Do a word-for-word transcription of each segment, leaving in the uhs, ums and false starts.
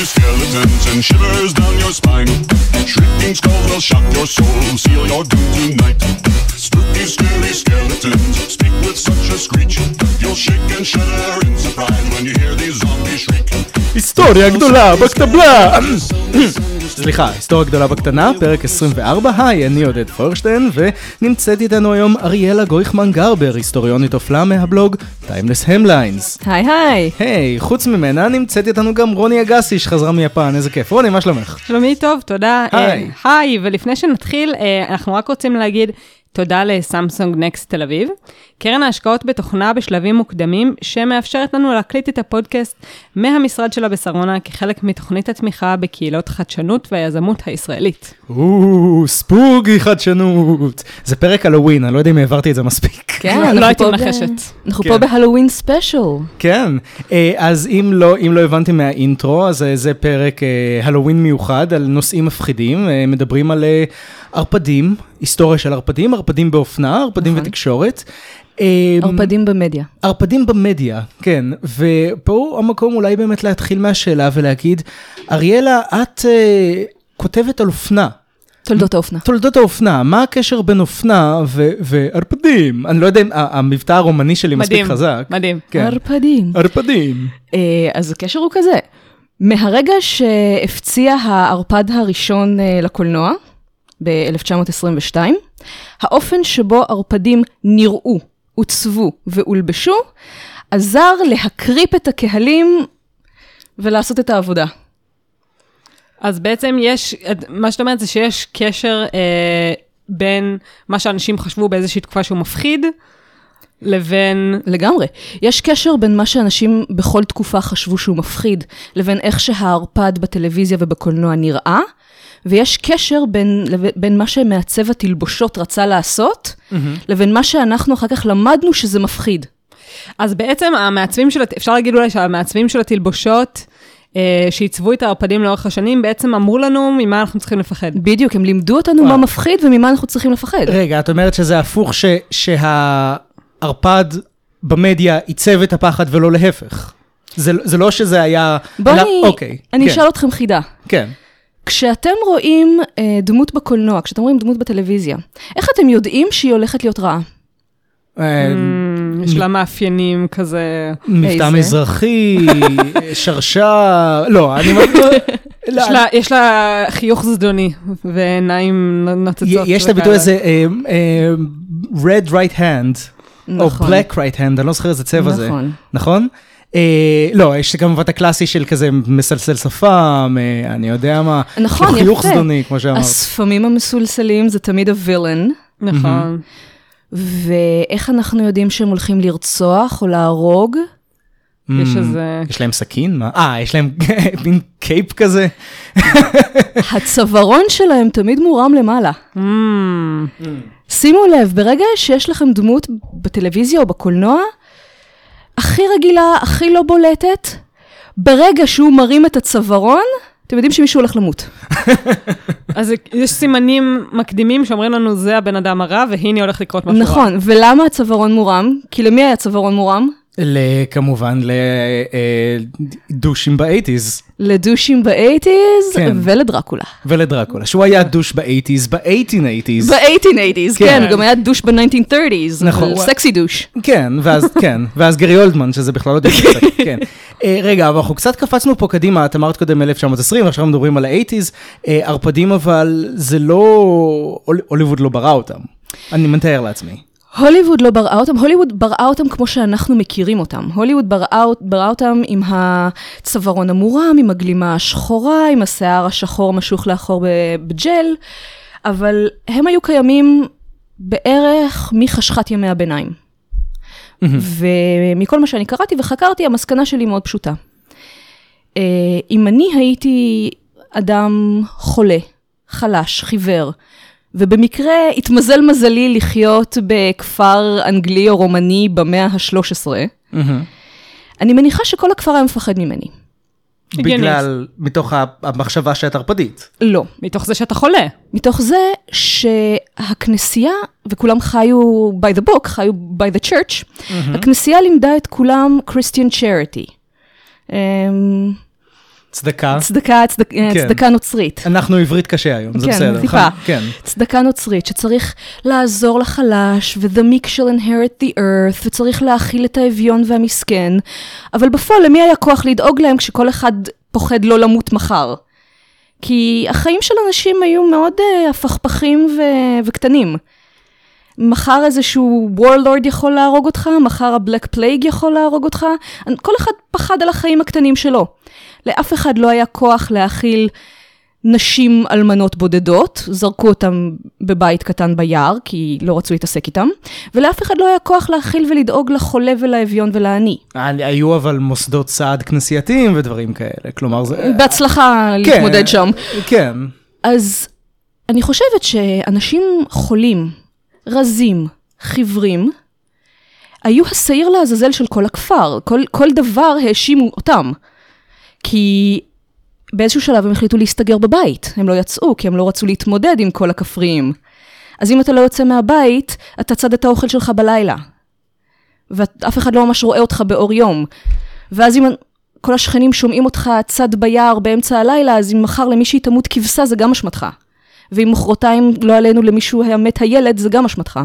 skeletons and shivers down your spine. Shrieking skulls will shock your soul, seal your doom tonight. Spooky, scary skeletons speak with such a screech. You'll shake and shudder in surprise when you hear these zombies shriek. היסטוריה גדולה בקטבלה. סליחה, היסטוריה גדולה בקטנה, פרק עשרים וארבע. היי, אני עודד פוירשטיין, ונמצאת איתנו היום אריאלה גויכמן גרבר, היסטוריונית אופלה מהבלוג Timeless Hemlines. היי היי. היי, חוץ ממנה נמצאת איתנו גם רוני אגסי שחזרה מיפן, איזה כיף. רוני, מה שלומך? שלומי טוב, תודה. היי. היי, ולפני שנתחיל, אנחנו רק רוצים להגיד תודה לסמסונג נקסט תל אביב, קרן ההשקעות בתוכנה בשלבים מוקדמים, שמאפשרת לנו להקליט את הפודקאסט מהמשרד שלה בשרונה, כחלק מתוכנית התמיכה בקהילות חדשנות והיזמות הישראלית. או, ספוגי חדשנות. זה פרק הלווין, אני לא יודע אם העברתי את זה מספיק. כן, לא הייתי מנחשת. אנחנו פה בהלווין ספיישל. כן, אז אם לא, אם לא הבנתי מהאינטרו, אז זה פרק הלווין מיוחד על נושאים מפחידים, מדברים על ערפדים, היסטוריה של ערפדים, ערפדים באופנה, ערפדים ותקשורת. ערפדים במדיה. ערפדים במדיה, כן. ופה המקום אולי באמת להתחיל מהשאלה ולהגיד, אריאלה, את כותבת על אופנה. תולדות האופנה. תולדות האופנה. מה הקשר בין אופנה וערפדים? אני לא יודע אם המבטא הרומני שלי מספיק חזק. מדהים. ערפדים. ערפדים. אז הקשר הוא כזה. מהרגע שהפציע הערפד הראשון לקולנוע, ב-אלף תשע מאות עשרים ושתיים, האופן שבו ערפדים נראו, עוצבו והולבשו, עזר להקריפ את הקהלים ולעשות את העבודה. אז בעצם יש, מה שאת אומרת זה שיש קשר אה, בין מה שאנשים חשבו באיזושהי תקופה שהוא מפחיד, לבין... לגמרי. יש קשר בין מה שאנשים בכל תקופה חשבו שהוא מפחיד, לבין איך שהערפד בטלוויזיה ובקולנוע נראה, ויש קשר בין, בין מה שמעצב התלבושות רצה לעשות, mm-hmm. לבין מה שאנחנו אחר כך למדנו שזה מפחיד. אז בעצם המעצבים של, אפשר להגיד אולי שהמעצבים של התלבושות, אה, שעיצבו את הערפדים לאורך השנים, בעצם אמרו לנו ממה אנחנו צריכים לפחד. בדיוק, הם לימדו אותנו וואו. מה מפחיד וממה אנחנו צריכים לפחד. רגע, את אומרת שזה הפוך ש, שהערפד במדיה עיצב את הפחד ולא להפך. זה, זה לא שזה היה... בוא אלא... אני, אוקיי, אני כן. אשאל אתכם חידה. כן. כשאתם רואים אה, דמות בקולנוע, כשאתם רואים דמות בטלוויזיה, איך אתם יודעים שהיא הולכת להיות רעה? יש לה מאפיינים כזה... מבטא מזרחי, שרשה... לא, אני... יש לה חיוך זדוני, ועיניים נוצצות. יש את הביטוי הזה, red right hand, או black right hand, אני לא זוכר איזה צבע זה. נכון. נכון? לא, יש כמובן את הקלאסי של כזה מסלסל שפם, אני יודע מה, נכון, יפה. חיוך זדוני, כמו שאמרת. השפמים המסולסלים זה תמיד הווילן. נכון. ואיך אנחנו יודעים שהם הולכים לרצוח או להרוג? יש איזה... יש להם סכין? מה? אה, יש להם מין קייפ כזה? הצווארון שלהם תמיד מורם למעלה. שימו לב, ברגע שיש לכם דמות בטלוויזיה או בקולנוע, הכי רגילה, הכי לא בולטת, ברגע שהוא מרים את הצווארון, אתם יודעים שמישהו הולך למות. אז יש סימנים מקדימים שאומרים לנו, זה הבן אדם הרע, והנה הולך לקרות משהו רע. נכון, ולמה הצווארון מורם? כי למי היה צווארון מורם? כמובן, לדושים ב-שמונים. לדושים ב-שמונים ולדרקולה. ולדרקולה, שהוא היה דוש ב-שמונים, ב-שמונים. ב-שמונים, כן, הוא גם היה דוש ב-תשע עשרים. נכון. סקסי דוש. כן, ואז גרי אולדמן, שזה בכלל לא דוש. כן. רגע, אבל אנחנו קצת קפצנו פה קדימה, את אמרת קודם אלף תשע מאות עשרים, ועכשיו מדברים על ה-שמונים, ערפדים, אבל זה לא, הוליווד לא ברא אותם. אני מתאר לעצמי. הוליווד לא בראה אותם, הוליווד בראה אותם כמו שאנחנו מכירים אותם. הוליווד בראה, בראה אותם עם הצווארון המורם, עם הגלימה השחורה, עם השיער השחור משוך לאחור בג'ל, אבל הם היו קיימים בערך מחשכת ימי הביניים. ומכל מה שאני קראתי וחקרתי, המסקנה שלי מאוד פשוטה. אם אני הייתי אדם חולה, חלש, חיוור, ובמקרה התמזל מזלי לחיות בכפר אנגלי או רומני במאה ה-שלוש עשרה, אני מניחה שכל הכפר היה מפחד ממני. בגלל, מתוך המחשבה שאת ערפדית? לא. מתוך זה שאתה חולה. מתוך זה שהכנסייה, וכולם חיו by the book, חיו by the church, הכנסייה לימדה את כולם Christian charity. צדקה. צדקה, צדק, כן. צדקה נוצרית. אנחנו עברית קשה היום, זה כן, בסדר. טיפה. כן. צדקה נוצרית, שצריך לעזור לחלש, ו-the meek shall inherit the earth, וצריך להכיל את האביון והמסכן, אבל בפועל, למי היה כוח לדאוג להם כשכל אחד פוחד לא למות מחר? כי החיים של אנשים היו מאוד uh, הפכפכים ו- וקטנים. מחר איזשהו warlord יכול להרוג אותך, מחר הבלק פלייג יכול להרוג אותך, כל אחד פחד על החיים הקטנים שלו. לאף אחד לא היה כוח להכיל נשים אלמנות בודדות, זרקו אותם בבית קטן ביער, כי לא רצו להתעסק איתם, ולאף אחד לא היה כוח להכיל ולדאוג לחולה ולאביון ולעני. היו אבל מוסדות סעד כנסייתיים ודברים כאלה, כלומר זה... בהצלחה כן, להתמודד שם. כן. אז אני חושבת שאנשים חולים, רזים, חיוורים, היו השעיר לעזאזל של כל הכפר, כל, כל דבר האשימו אותם. כי באיזשהו שלב הם החליטו להסתגר בבית, הם לא יצאו, כי הם לא רצו להתמודד עם כל הכפריים. אז אם אתה לא יוצא מהבית, אתה צד את האוכל שלך בלילה. ואף אחד לא ממש רואה אותך באור יום. ואז אם כל השכנים שומעים אותך צד ביער באמצע הלילה, אז אם מחר למישהי תמות כבשה, זה גם אשמתך. ואם מחרתיים לא עלינו למישהו היה מת הילד, זה גם אשמתך.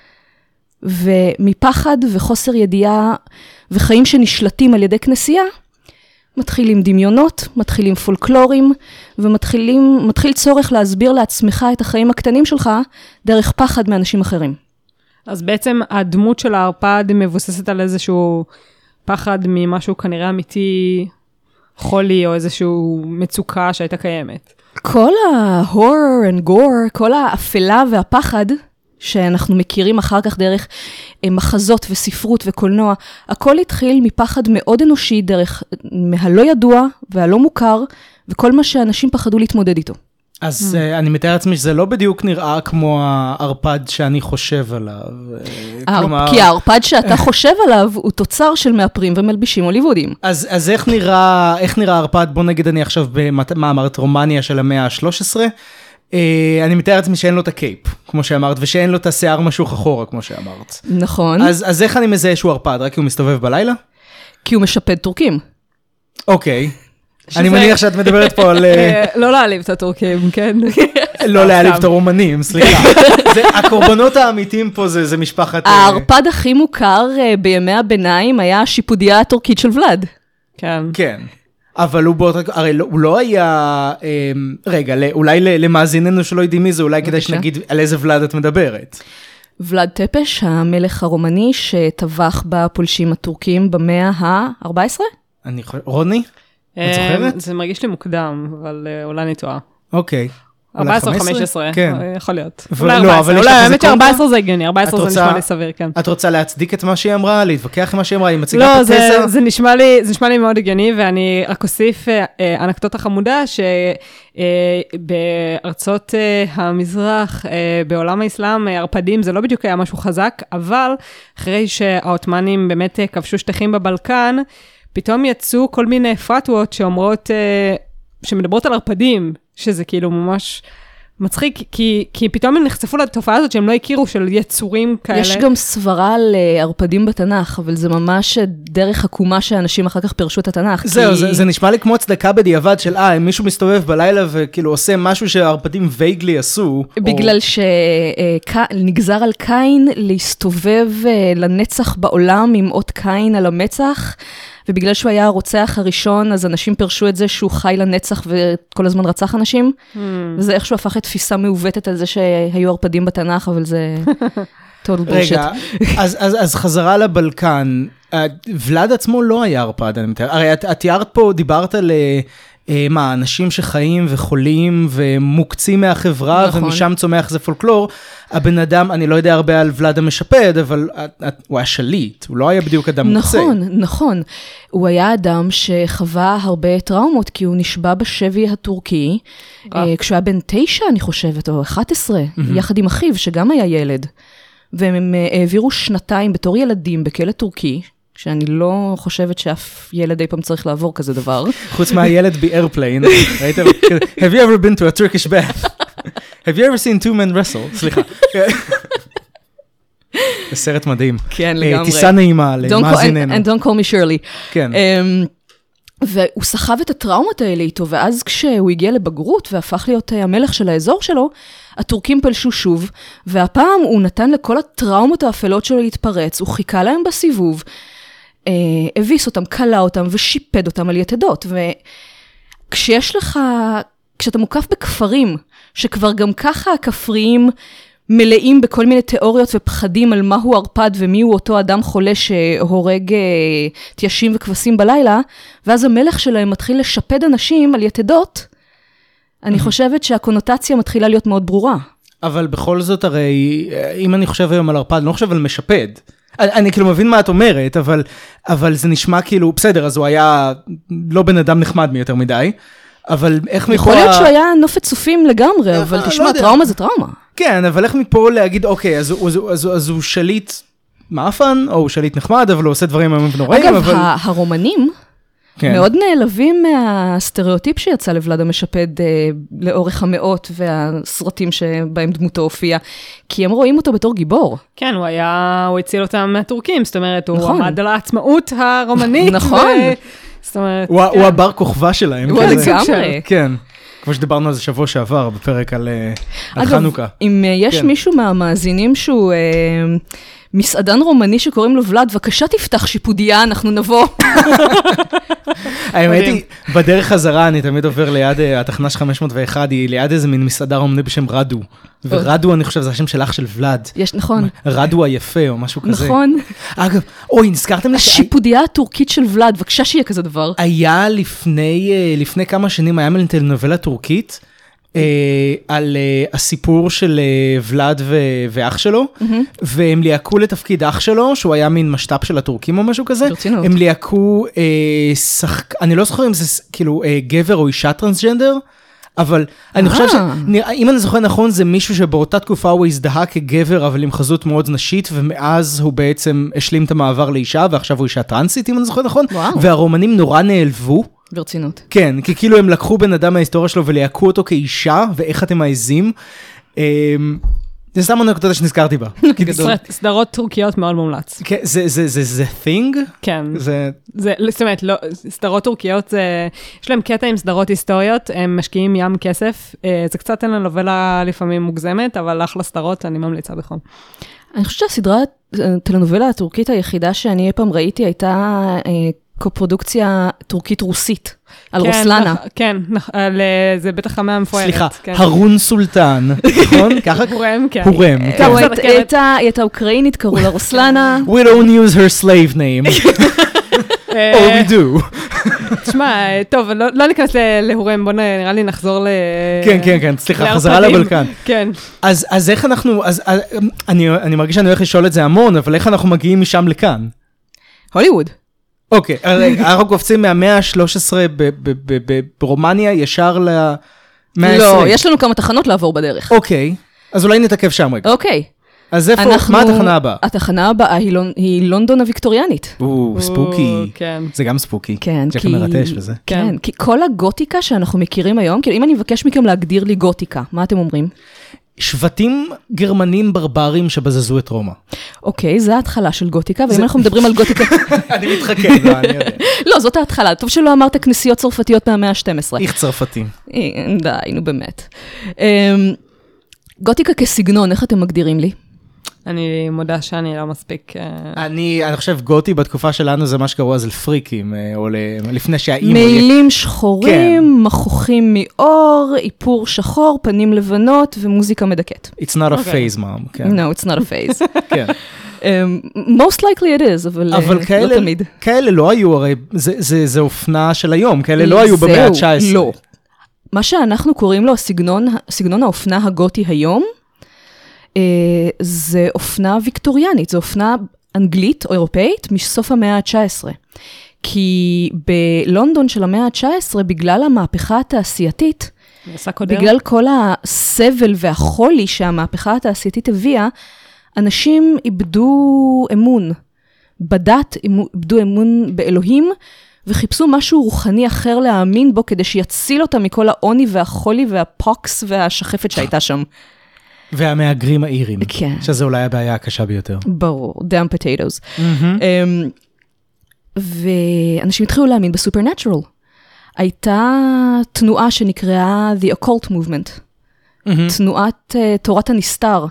ומפחד וחוסר ידיעה וחיים שנשלטים על ידי כנסייה, מתחילים דמיונות, מתחילים פולקלורים, ומתחילים, מתחיל צורך להסביר לעצמך את החיים הקטנים שלך, דרך פחד מאנשים אחרים. אז בעצם הדמות של הערפד מבוססת על איזשהו פחד ממשהו כנראה אמיתי חולי, או איזשהו מצוקה שהייתה קיימת. כל ה-horror and gore, כל האפלה והפחד, שאנחנו מכירים אחר כך דרך מחזות וספרות וקולנוע, הכל התחיל מפחד מאוד אנושי, דרך מהלא ידוע והלא מוכר, וכל מה שאנשים פחדו להתמודד איתו. אז אני מתאר לעצמי שזה לא בדיוק נראה כמו הערפד שאני חושב עליו. כי הערפד שאתה חושב עליו הוא תוצר של מאפרים ומלבישים הוליוודיים. אז איך נראה הערפד? בוא נגיד אני עכשיו במה אמרת, רומניה של המאה ה-שלוש עשרה, אני מתאר לעצמי שאין לו את הקייפ, כמו שאמרת, ושאין לו את השיער משוך אחורה, כמו שאמרת. נכון. אז, אז איך אני מזהה שהוא ערפד? רק כי הוא מסתובב בלילה? כי הוא משפד טורקים. אוקיי. אני מניח שאת מדברת פה על... לא להעליב את הטורקים, כן? לא להעליב את הרומנים, סליחה. הקורבנות האמיתיים פה זה משפחת... הערפד הכי מוכר בימי הביניים היה השיפודיה הטורקית של ולד. כן. כן. אבל הוא באות, הרי הוא לא היה, רגע, אולי למאזיננו שלא יודעים מי זה, אולי כדאי שנגיד על איזה ולד את מדברת. ולד טפש, המלך הרומני שטבח בפולשים הטורקים במאה ה-ארבע עשרה? אני חושב, רוני? את זוכרת? זה מרגיש לי מוקדם, אבל אולי אני טועה. אוקיי. ארבע עשרה חמש עשרה, יכול להיות. אולי ארבע עשרה, אולי האמת ש-ארבע עשרה זה הגיוני, ארבע עשרה זה נשמע לי סביר, כן. את רוצה להצדיק את מה שהיא אמרה, להתווכח עם מה שהיא אמרה, היא מציגה פה תזה? לא, זה נשמע לי מאוד הגיוני, ואני רק אוסיף אנקדוטה חמודה, שבארצות המזרח, בעולם האסלאם, ערפדים זה לא בדיוק היה משהו חזק, אבל אחרי שהעות'מאנים באמת כבשו שטחים בבלקן, פתאום יצאו כל מיני פתוות שאומרות, שמדברות על ערפדים, שזה כאילו ממש מצחיק, כי, כי פתאום הם נחשפו לתופעה הזאת שהם לא הכירו של יצורים כאלה. יש גם סברה על ערפדים בתנ"ך, אבל זה ממש דרך עקומה שאנשים אחר כך פירשו את התנ"ך. זהו, כי... זה, זה נשמע לי כמו צדקה בדיעבד של, אה, אם מישהו מסתובב בלילה וכאילו עושה משהו שהערפדים וייגלי עשו. בגלל או... שנגזר על קין להסתובב לנצח בעולם עם אות קין על המצח, ובגלל שהוא היה הרוצח הראשון, אז אנשים פרשו את זה שהוא חי לנצח וכל הזמן רצח אנשים, hmm. וזה איכשהו הפך את תפיסה מעוותת על זה שהיו ערפדים בתנ"ך, אבל זה total bullshit. רגע, אז, אז, אז חזרה לבלקן, ולד עצמו לא היה ערפד, אני מתאר. הרי את, את תיארת פה, דיברת על... מה, אנשים שחיים וחולים ומוקצים מהחברה, נכון. ומשם צומח זה פולקלור. הבן אדם, אני לא יודע הרבה על ולד המשפד, אבל הוא היה שליט, הוא לא היה בדיוק אדם מוקצה. נכון, נכון. הוא היה אדם שחווה הרבה טראומות, כי הוא נשבע בשבי הטורקי, כשהוא היה בן תשע, אני חושבת, או אחת עשרה, יחד עם אחיו, שגם היה ילד. והם העבירו שנתיים בתור ילדים בכלא טורקי, שאני לא חושבת שאף ילד אי פעם צריך לעבור כזה דבר. חוץ מהילד ב-Airplane, ראיתם? Have you ever been to a Turkish bath? Have you ever seen two men wrestle? סליחה. זה סרט מדהים. כן, לגמרי. טיסה נעימה למאזיננו. And don't call me Shirley. כן. והוא סחב את הטראומות האלה איתו, ואז כשהוא הגיע לבגרות והפך להיות המלך של האזור שלו, הטורקים פלשו שוב, והפעם הוא נתן לכל הטראומות האפלות שלו להתפרץ, הוא חיכה להם בסיבוב, אה, הביס אותם, קלה אותם ושיפד אותם על יתדות, וכשיש לך, כשאתה מוקף בכפרים, שכבר גם ככה הכפריים מלאים בכל מיני תיאוריות ופחדים על מהו ערפד ומיהו אותו אדם חולה שהורג תיישים וכבשים בלילה, ואז המלך שלהם מתחיל לשפד אנשים על יתדות, אני חושבת שהקונוטציה מתחילה להיות מאוד ברורה. אבל בכל זאת הרי, אם אני חושב היום על ערפד, אני לא חושב על משפד. אני, אני כאילו מבין מה את אומרת, אבל, אבל זה נשמע כאילו, בסדר, אז הוא היה לא בן אדם נחמד מיותר מדי, אבל איך מפה... יכול להיות שהוא היה נופת צופים לגמרי, אבל תשמע, טראומה זה טראומה. כן, אבל איך מפה להגיד, אוקיי, אז, אז, אז, אז הוא שליט מאפן, או הוא שליט נחמד, אבל הוא עושה דברים איומים ונוראים. אגב, אבל... הרומנים כן. מאוד נעלבים מהסטריאוטיפ שיצא לבלד המשפד אה, לאורך המאות, והסרטים שבהם דמותו הופיע, כי הם רואים אותו בתור גיבור. כן, הוא היה, הוא הציל אותם מהטורקים, זאת אומרת, הוא נכון. עמד על העצמאות הרומנית. נכון. ו... זאת אומרת, הוא, כן. הוא הבר כוכבא שלהם. הוא כזה. לגמרי. כן. כמו שדיברנו על זה שבוע שעבר, בפרק על, על אגב, חנוכה. אם יש כן. מישהו מהמאזינים שהוא אה, מסעדן רומני שקוראים לו ולד, בבקשה תפתח שיפודיה, אנחנו נבוא. האמת היא, בדרך חזרה אני תמיד עובר ליד התחנה של חמש מאות ואחת, היא ליד איזה מין מסעדה רומני בשם רדו. ורדו, אני חושב, זה השם של אח של ולד. יש, נכון. רדו היפה או משהו כזה. נכון. אגב, אוי, נזכרתם לי... השיפודיה הטורקית של ולד, בבקשה שיהיה כזה דבר. היה לפני, לפני כמה שנים, היה מלא טלנובלה טורקית, על הסיפור של ולד ואח שלו, והם ליהקו לתפקיד אח שלו, שהוא היה מין משת"פ של הטורקים או משהו כזה. ברצינות. הם ליהקו, אני לא זוכר אם זה כאילו גבר או אישה טרנסג'נדר, אבל אני חושב שאם אני זוכר נכון, זה מישהו שבאותה תקופה הוא הזדהה כגבר, אבל עם חזות מאוד נשית, ומאז הוא בעצם השלים את המעבר לאישה, ועכשיו הוא אישה טרנסית, אם אני זוכר נכון. והרומנים נורא נעלבו. ברצינות. כן, כי כאילו הם לקחו בן אדם מההיסטוריה שלו וליהקו אותו כאישה, ואיך אתם מעזים. זה סתם אנקדוטה שנזכרתי בה. סדרות טורקיות מאוד מומלץ. כן, זה thing? כן. זה... זאת אומרת, סדרות טורקיות, יש להם קטע עם סדרות היסטוריות, הם משקיעים ים כסף, זה קצת טלנובלה לפעמים מוגזמת, אבל אחלה סדרות, אני ממליצה בחום. אני חושבת שהסדרה, טלנובלה הטורקית היחידה שאני אי פעם ראיתי, הייתה קופרודוקציה טורקית-רוסית, על רוסלנה. כן, זה בטח רמה המפוארת. סליחה, הרון סולטן, נכון? ככה? הורם, כן. הורם. את האוקראינית קראו לה רוסלנה. We don't use her slave name. or we do. תשמע, טוב, לא ניכנס להורם, בוא נראה לי נחזור ל... כן, כן, כן, סליחה, חזרה לבלקן. כן. אז איך אנחנו, אני מרגיש שאני הולך לשאול את זה המון, אבל איך אנחנו מגיעים משם לכאן? הוליווד. אוקיי, אנחנו קופצים מהמאה ה-שלוש עשרה ברומניה ישר למאה ה-עשרים. לא, יש לנו כמה תחנות לעבור בדרך. אוקיי, אז אולי נתעכב שם רגע. אוקיי. אז איפה, מה התחנה הבאה? התחנה הבאה היא לונדון הוויקטוריאנית. או, ספוקי. כן. זה גם ספוקי. כן, ג'ק המרטש וזה. כן, כי כל הגותיקה שאנחנו מכירים היום, כאילו אם אני מבקש מכם להגדיר לי גותיקה, מה אתם אומרים? שבטים גרמנים ברברים שבזזו את רומא. אוקיי, זה ההתחלה של גותיקה, ואם אנחנו מדברים על גותיקה... אני מתחכה, לא, אני יודע. לא, זאת ההתחלה. טוב שלא אמרת כנסיות צרפתיות מהמאה ה-שתים עשרה. איך צרפתים. די, נו באמת. גותיקה כסגנון, איך אתם מגדירים לי? אני מודה שאני לא מספיק... אני, אני חושב, גותי בתקופה שלנו זה מה שקראו אז לפריקים, או לפני שהאימו... מעילים שחורים, מכוחים מאור, איפור שחור, פנים לבנות ומוזיקה מדכאת. It's not a phase, mom. כן. No, it's not a phase. כן. most likely it is, אבל לא תמיד. כאלה לא היו, הרי זה אופנה של היום, כאלה לא היו במאה ה-תשע עשרה. לא. מה שאנחנו קוראים לו סגנון האופנה הגותי היום, זה אופנה ויקטוריאנית, זה אופנה אנגלית או אירופאית מסוף המאה ה-תשע עשרה. כי בלונדון של המאה ה-תשע עשרה, בגלל המהפכה התעשייתית, בגלל כל הסבל והחולי שהמהפכה התעשייתית הביאה, אנשים איבדו אמון בדת, איבדו אמון באלוהים, וחיפשו משהו רוחני אחר להאמין בו, כדי שיציל אותם מכל העוני והחולי והפוקס והשחפת שהייתה שם. והמהגרים האירים. כן. שזה אולי הבעיה הקשה ביותר. ברור, damn potatoes. ואנשים התחילו להאמין בסופרנטורל. הייתה תנועה שנקראה The Occult Movement, תנועת uh, תורת הנסתר,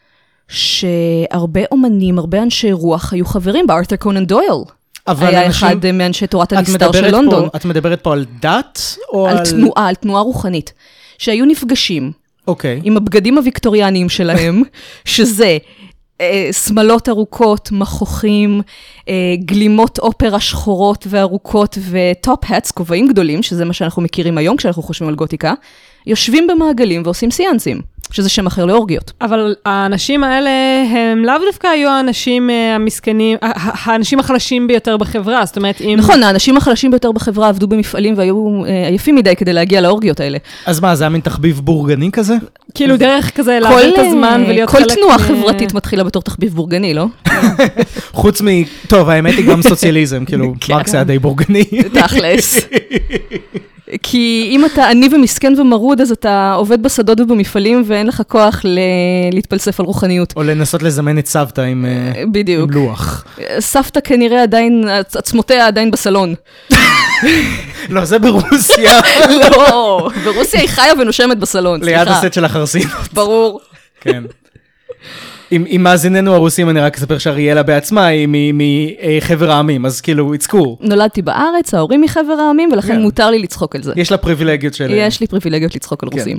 שהרבה אומנים, הרבה אנשי רוח היו חברים בה, ארת'ר קונן דויל. היה אנשים... אחד מאנשי תורת הנסתר של לונדון. פה, את מדברת פה על דת? או על, על תנועה, על תנועה רוחנית, שהיו נפגשים. אוקיי. עם הבגדים הוויקטוריאניים שלהם, שזה אה, שמלות ארוכות, מכוחים, אה, גלימות אופרה שחורות וארוכות, וטופ-האטס, כובעים גדולים, שזה מה שאנחנו מכירים היום כשאנחנו חושבים על גותיקה, יושבים במעגלים ועושים סיאנסים, שזה שם אחר לאורגיות. אבל האנשים האלה הם לאו דווקא היו האנשים המסכנים, האנשים החלשים ביותר בחברה, זאת אומרת, אם... נכון, האנשים החלשים ביותר בחברה עבדו במפעלים והיו עייפים מדי כדי להגיע לאורגיות האלה. אז מה, זה היה מין תחביב בורגני כזה? כאילו דרך כזה להעביר את הזמן ולהיות חלק... כל תנועה חברתית מתחילה בתור תחביב בורגני, לא? חוץ מ... טוב, האמת היא גם סוציאליזם, כאילו, מרקס היה די בורגני. תכלס. כי אם אתה עני ומסכן ומרוד, אז אתה עובד בשדות ובמפעלים, ואין לך כוח ל... להתפלסף על רוחניות. או לנסות לזמן את סבתא עם, עם לוח. סבתא כנראה עדיין, עצמותיה עדיין בסלון. לא, זה ברוסיה. לא, ברוסיה היא חיה ונושמת בסלון. ליד הסט של החרסין. ברור. כן. עם מאזיננו הרוסים, אני רק אספר שאריאלה בעצמה היא מחבר העמים, אז כאילו, it's cool. נולדתי בארץ, ההורים מחבר העמים, ולכן מותר לי לצחוק על זה. יש לה פריבילגיות של... יש לי פריבילגיות לצחוק על רוסים.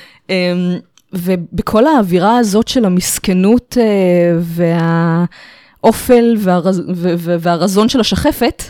ובכל האווירה הזאת של המסכנות והאופל והרזון של השחפת,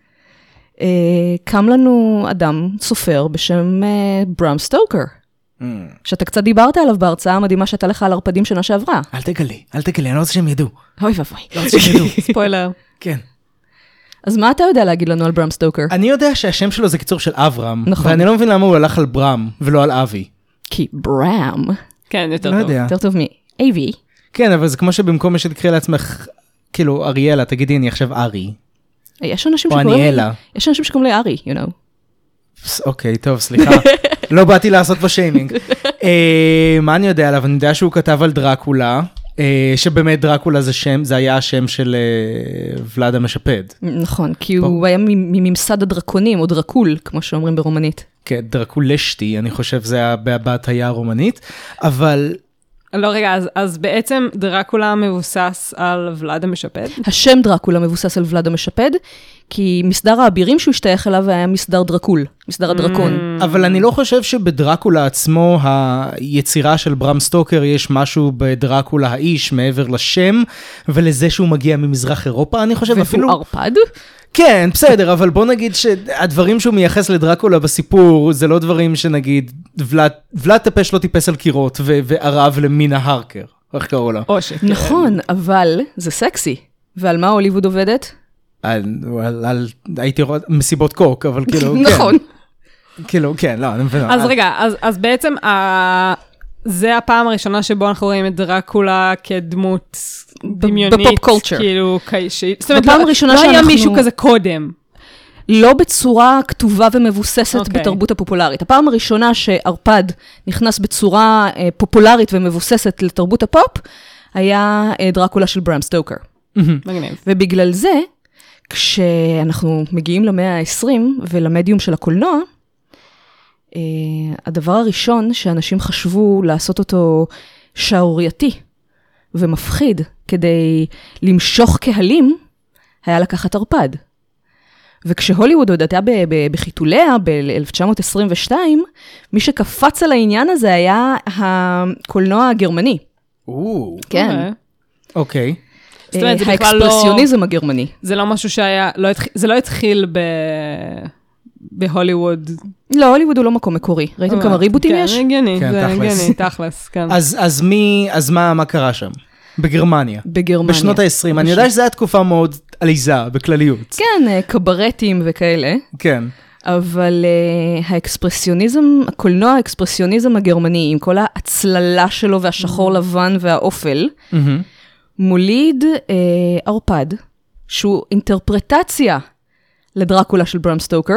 קם לנו אדם, סופר, בשם ברם סטוקר. שאתה קצת דיברת עליו בהרצאה המדהימה שהייתה לך על ערפדים שנה שעברה. אל תגלי, אל תגלי, אני לא רוצה שהם ידעו. אוי ואבוי. לא רוצה שהם ידעו. ספוילר. כן. אז מה אתה יודע להגיד לנו על ברם סטוקר? אני יודע שהשם שלו זה קיצור של אברהם, נכון. ואני לא מבין למה הוא הלך על ברם ולא על אבי. כי ברם... כן, יותר לא טוב. יודע. יותר טוב מ-אבי. כן, אבל זה כמו שבמקום שתקרא לעצמך, כאילו, אריאלה, תגידי, אני עכשיו ארי. יש אנשים או שקוראים... אני אלה. יש אנשים שקוראים לי ארי, you know. אוקיי, טוב, סליחה. לא באתי לעשות פה שיימינג. מה אני יודע עליו? אני יודע שהוא כתב על דרקולה, שבאמת דרקולה זה שם, זה היה השם של ולד המשפד. נכון, כי הוא היה מממסד הדרקונים, או דרקול, כמו שאומרים ברומנית. כן, דרקולשתי, אני חושב זה היה בהטיה הרומנית, אבל... לא, רגע, אז, אז בעצם דרקולה מבוסס על ולד המשפד? השם דרקולה מבוסס על ולד המשפד, כי מסדר האבירים שהוא השתייך אליו היה מסדר דרקול, מסדר הדרקון. אבל אני לא חושב שבדרקולה עצמו, היצירה של ברם סטוקר, יש משהו בדרקולה האיש מעבר לשם, ולזה שהוא מגיע ממזרח אירופה, אני חושב אפילו... והוא ערפד? כן, בסדר, אבל בוא נגיד שהדברים שהוא מייחס לדרקולה בסיפור, זה לא דברים שנגיד, ולד טפש לא טיפס על קירות, וערב למינה הרקר, איך קראו לה? נכון, אבל זה סקסי. ועל מה הוליווד עובדת? על, על, על, הייתי רואה מסיבות קוק, אבל כאילו, כן. נכון. כאילו, כן, לא, אני מבין. אז רגע, אז, אז בעצם, ה... זה הפעם הראשונה שבו אנחנו רואים את דרקולה כדמות דמיונית. בפופ קולצ'ר. כאילו, כאישית. זאת אומרת, בפעם לא, הראשונה לא שאנחנו... היה מישהו כזה קודם. לא בצורה כתובה ומבוססת Okay. בתרבות הפופולרית. הפעם הראשונה שערפד נכנס בצורה אה, פופולרית ומבוססת לתרבות הפופ, היה אה, דרקולה של ברם סטוקר. מגניב. ובגלל זה, כשאנחנו מגיעים למאה ה-עשרים ולמדיום של הקולנוע, uh, הדבר הראשון שאנשים חשבו לעשות אותו שערורייתי ומפחיד כדי למשוך קהלים, היה לקחת ערפד. וכשהוליווד עוד הייתה בחיתוליה ב-אלף תשע מאות עשרים ושתיים, מי שקפץ על העניין הזה היה הקולנוע הגרמני. כן. אוקיי. זאת אומרת, זה בכלל לא... האקספרסיוניזם הגרמני. זה לא משהו שהיה, לא התח... זה לא התחיל ב... בהוליווד. לא, הוליווד הוא לא מקום מקורי. ראיתם כמה ריבוטים יש? כן, הגיוני, כן, זה תכלס. הגיוני, תכלס, כן. אז, אז מי, אז מה, מה קרה שם? בגרמניה. בגרמניה. בשנות ה-עשרים. אני יודע שזו הייתה תקופה מאוד עליזה, בכלליות. כן, קברטים וכאלה. כן. אבל uh, האקספרסיוניזם, הקולנוע האקספרסיוניזם הגרמני, עם כל ההצללה שלו והשחור לבן והאופל, Mm-hmm. מוליד אה, ערפד, שהוא אינטרפרטציה לדרקולה של ברם סטוקר.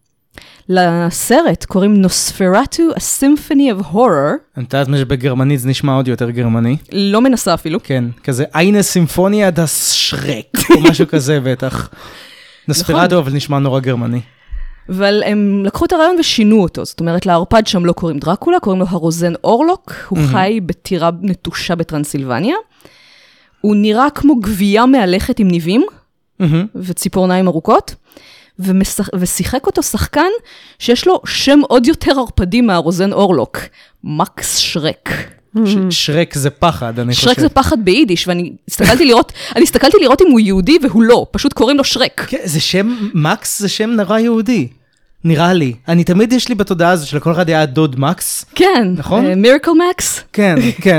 לסרט קוראים נוספרטו, A Symphony of Horror. אני יודעת מה שבגרמנית זה נשמע עוד יותר גרמני. לא מנסה אפילו. כן, כזה איינה סימפוניה דס שרק, או משהו כזה בטח. נוספרטו, אבל נשמע נורא גרמני. אבל הם לקחו את הרעיון ושינו אותו. זאת אומרת, לערפד שם לא קוראים דרקולה, קוראים לו הרוזן אורלוק, הוא חי בטירה נטושה בטרנסילבניה. הוא נראה כמו גבייה מהלכת עם ניבים, וציפורניים ארוכות, ושיחק אותו שחקן שיש לו שם עוד יותר ערפדי מהרוזן אורלוק, מקס שרק. שרק זה פחד, אני חושב. שרק זה פחד ביידיש, ואני הסתכלתי לראות, אני הסתכלתי לראות אם הוא יהודי והוא לא, פשוט קוראים לו שרק. כן, זה שם, מקס זה שם נראה יהודי. נראה לי. אני תמיד יש לי בתודעה הזו שלכל אחד היה דוד מקס. כן. נכון? מירקל מקס. כן, כן.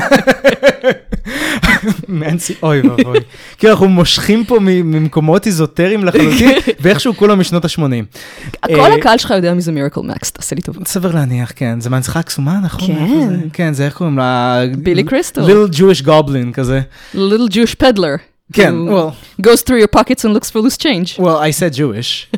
מנסי, אוי ואוי. כאילו אנחנו מושכים פה ממקומות איזוטריים לחלוטין, ואיכשהו כולם משנות ה-שמונים. כל הקהל שלך יודע מי זה מירקל מקס, תעשה לי טוב. סביר להניח, כן. זה מהנצחה הקסומה, נכון? כן. כן, זה איך קוראים לה... בילי קריסטל. Little Jewish Goblin כזה. Little Jewish peddler. כן, well. Goes through your pockets and looks for loose change. Well, I said Jewish.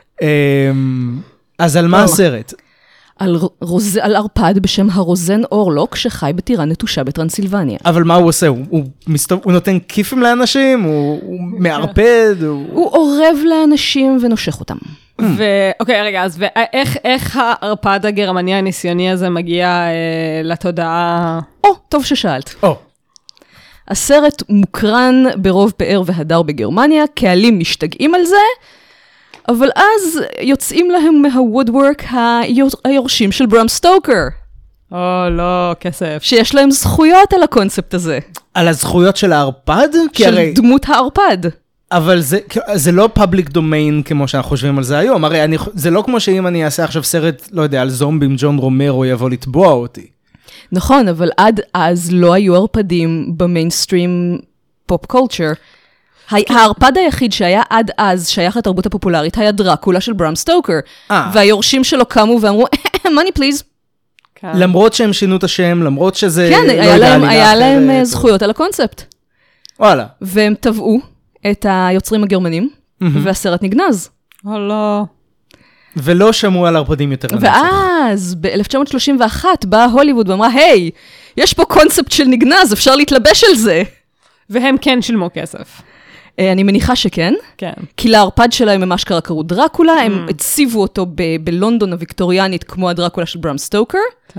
אז על מה הסרט? על, רוז... על ארפד בשם הרוזן אורלוק, שחי בטירה נטושה בטרנסילבניה. אבל מה הוא עושה? הוא, הוא, מסתוב... הוא נותן כיפים לאנשים? הוא, הוא מערפד? הוא... הוא עורב לאנשים ונושך אותם. ואוקיי, רגע, אז ואיך, איך הארפד הגרמני הניסיוני הזה מגיע אה, לתודעה? או, טוב ששאלת. או. הסרט מוקרן ברוב פאר והדר בגרמניה, קהלים משתגעים על זה, אבל אז יוצאים להם מהוודוורק היורשים של ברם סטוקר. או, לא, כסף. שיש להם זכויות על הקונספט הזה. על הזכויות של הארפד? של הרי... דמות הארפד. אבל זה, זה לא פאבליק דומיין כמו שאנחנו חושבים על זה היום. הרי אני, זה לא כמו שאם אני אעשה עכשיו סרט, לא יודע, על זומבים, ג'ון רומרו יבוא לתבוע אותי. נכון, אבל עד אז לא היו ארפדים במיינסטרים פופ קולצ'ר. הארפד היחיד שהיה עד אז שייך לתרבות הפופולרית היה דרקולה של ברם סטוקר. והיורשים שלו קמו ואמרו, money please. למרות שהם שינו את השם, למרות שזה... כן, היה להם זכויות על הקונספט. וואלה. והם טבעו את היוצרים הגרמנים, והסרט נגנז. או לא. ולא שמעו על ארפדים יותר לנצח. ואז, ב-אלף תשע מאות שלושים ואחת, באה הוליווד ואמרה, היי, יש פה קונספט של נגנז, אפשר להתלבש על זה. והם כן שילמו כסף. אני מניחה שכן. כן. כי לארפד שלהם ממש קרה קראו דרקולה, הם הציבו אותו בלונדון הוויקטוריאנית, כמו הדרקולה של ברם סטוקר.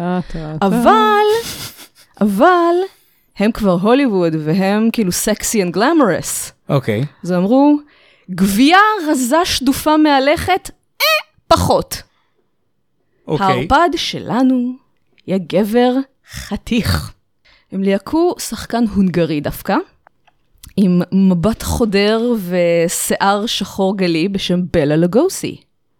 אבל, אבל, הם כבר הוליווד, והם כאילו סקסי and glamorous. אוקיי. אז אמרו, גבייה רזה שדופה מהלכת, אה, פחות. אוקיי. הארפד שלנו יהיה גבר חתיך. הם ליהקו שחקן הונגרי דווקא, עם מבט חודר ושיער שחור גלי בשם בלה לוגוסי.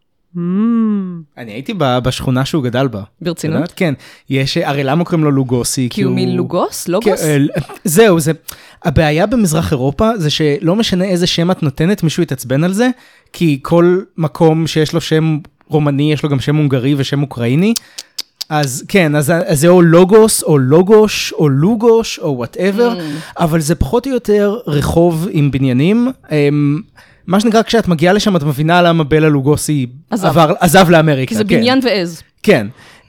אני הייתי בשכונה שהוא גדל בה. ברצינות? כן. יש, הרי למה קוראים לו לוגוסי? כי הוא מלוגוס? לוגוס? זהו, זה... הבעיה במזרח אירופה זה שלא משנה איזה שם את נותנת, מישהו יתעצבן על זה, כי כל מקום שיש לו שם רומני, יש לו גם שם הונגרי ושם אוקראיני. אז כן, אז, אז זה או לוגוס, או לוגוש, או לוגוש, או וואטאבר, mm. אבל זה פחות או יותר רחוב עם בניינים. מה שנקרא, כשאת מגיעה לשם, את מבינה למה בלה לוגוסי עזב, עבר, עזב לאמריקה. כי זה כן. בניין ועז. כן,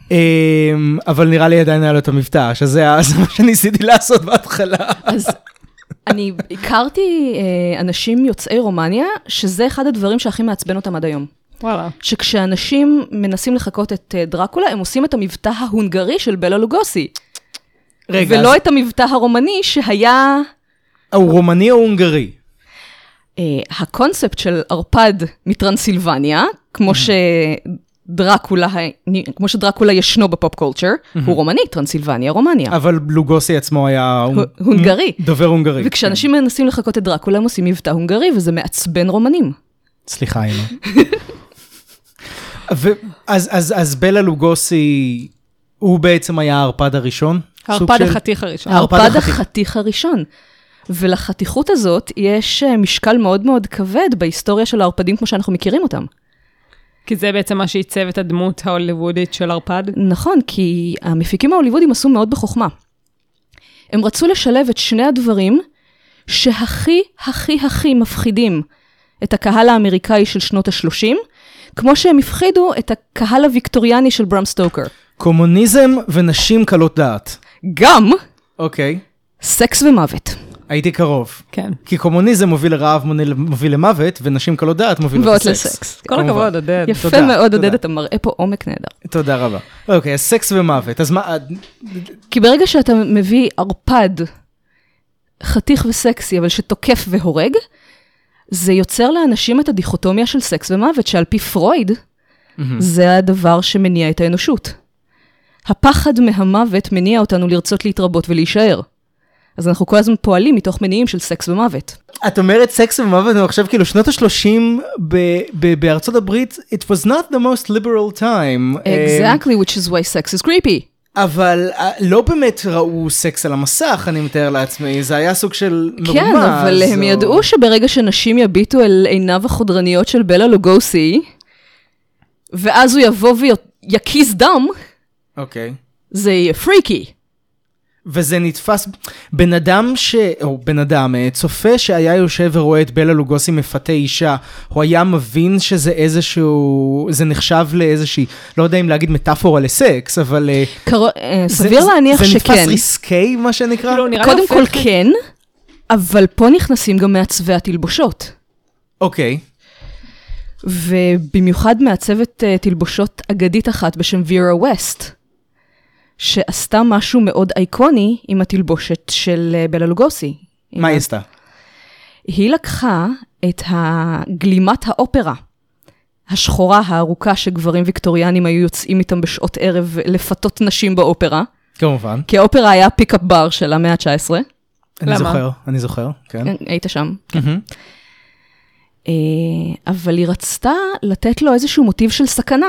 אבל נראה לי עדיין היה לו את המבטא, שזה מה שניסיתי לעשות בהתחלה. אז אני הכרתי אנשים יוצאי רומניה, שזה אחד הדברים שהכי מעצבן אותם עד היום. וואלה. שכשאנשים מנסים לחכות את דרקולה, הם עושים את המבטא ההונגרי של בלה לוגוסי. רגע, ולא אז... את המבטא הרומני שהיה... הוא רומני או הונגרי? Uh, הקונספט של ארפד מטרנסילבניה, כמו שדרקולה, כמו שדרקולה ישנו בפופ קולצ'ר, הוא רומני, טרנסילבניה, רומניה. אבל לוגוסי עצמו היה... הונגרי. דובר הונגרי. וכשאנשים מנסים לחכות את דרקולה, הם עושים מבטא הונגרי, וזה מעצבן רומנים. סליחה, אינו. אז, אז, אז בלה לוגוסי, הוא בעצם היה הארפד הראשון? הארפד החתיך הראשון. הארפד החתיך הראשון. ולחתיכות הזאת יש משקל מאוד מאוד כבד בהיסטוריה של הארפדים כמו שאנחנו מכירים אותם. כי זה בעצם מה שעיצב את הדמות ההוליוודית של ארפד? נכון, כי המפיקים ההוליוודים עשו מאוד בחוכמה. הם רצו לשלב את שני הדברים שהכי, הכי, הכי מפחידים את הקהל האמריקאי של שנות ה-שלושים, כמו שהם הפחידו את הקהל הוויקטוריאני של ברם סטוקר. קומוניזם ונשים קלות דעת. גם. אוקיי. סקס ומוות. הייתי קרוב. כן. כי קומוניזם מוביל לרעב, מוביל למוות, ונשים קלות דעת מובילות ועוד לסקס. לסקס. כל הכבוד, עודד. יפה תודה, מאוד, תודה. עודד, אתה מראה פה עומק נהדר. תודה רבה. אוקיי, אז סקס ומוות. אז מה... כי ברגע שאתה מביא ערפד, חתיך וסקסי, אבל שתוקף והורג, זה יוצר לאנשים את הדיכוטומיה של סקס ומוות, שעל פי פרויד, זה הדבר שמניע את האנושות. הפחד מהמוות מניע אותנו לרצות להתרבות ולהישאר. אז אנחנו כל הזמן פועלים מתוך מניעים של סקס ומוות. את אומרת סקס ומוות, אני חושב כאילו שנות ה-שלושים בארצות הברית, it was not the most liberal time. Exactly, which is why sex is creepy. אבל לא באמת ראו סקס על המסך, אני מתאר לעצמי, זה היה סוג של מרומז. כן, אבל הם ידעו שברגע שנשים יביטו אל עיניו החודרניות של בלה לוגוסי, ואז הוא יבוא ויקיס דם, אוקיי. זה יהיה פריקי. וזה נתפס, בן אדם ש... או בן אדם, צופה שהיה יושב ורואה את בלה לוגוסי מפתה אישה, הוא היה מבין שזה איזשהו, זה נחשב לאיזושהי, לא יודע אם להגיד מטאפורה לסקס, אבל... קרו... סביר זה, להניח זה שכן. זה נתפס ריסקי, מה שנקרא? כאילו, נראה קודם כל יפה. כן, אבל פה נכנסים גם מעצבי התלבושות. אוקיי. ובמיוחד מעצבת uh, תלבושות אגדית אחת בשם וירה ווסט, שעשתה משהו מאוד אייקוני עם התלבושת של uh, בלה לוגוסי. מה היא עשתה? היא לקחה את גלימת האופרה, השחורה הארוכה שגברים ויקטוריאנים היו יוצאים איתם בשעות ערב לפתות נשים באופרה. כמובן. כי האופרה היה פיק-אפ בר של המאה ה-תשע עשרה. אני למה? זוכר, אני זוכר, כן. היית שם. מהמם. אבל היא רצתה לתת לו איזשהו מוטיב של סכנה.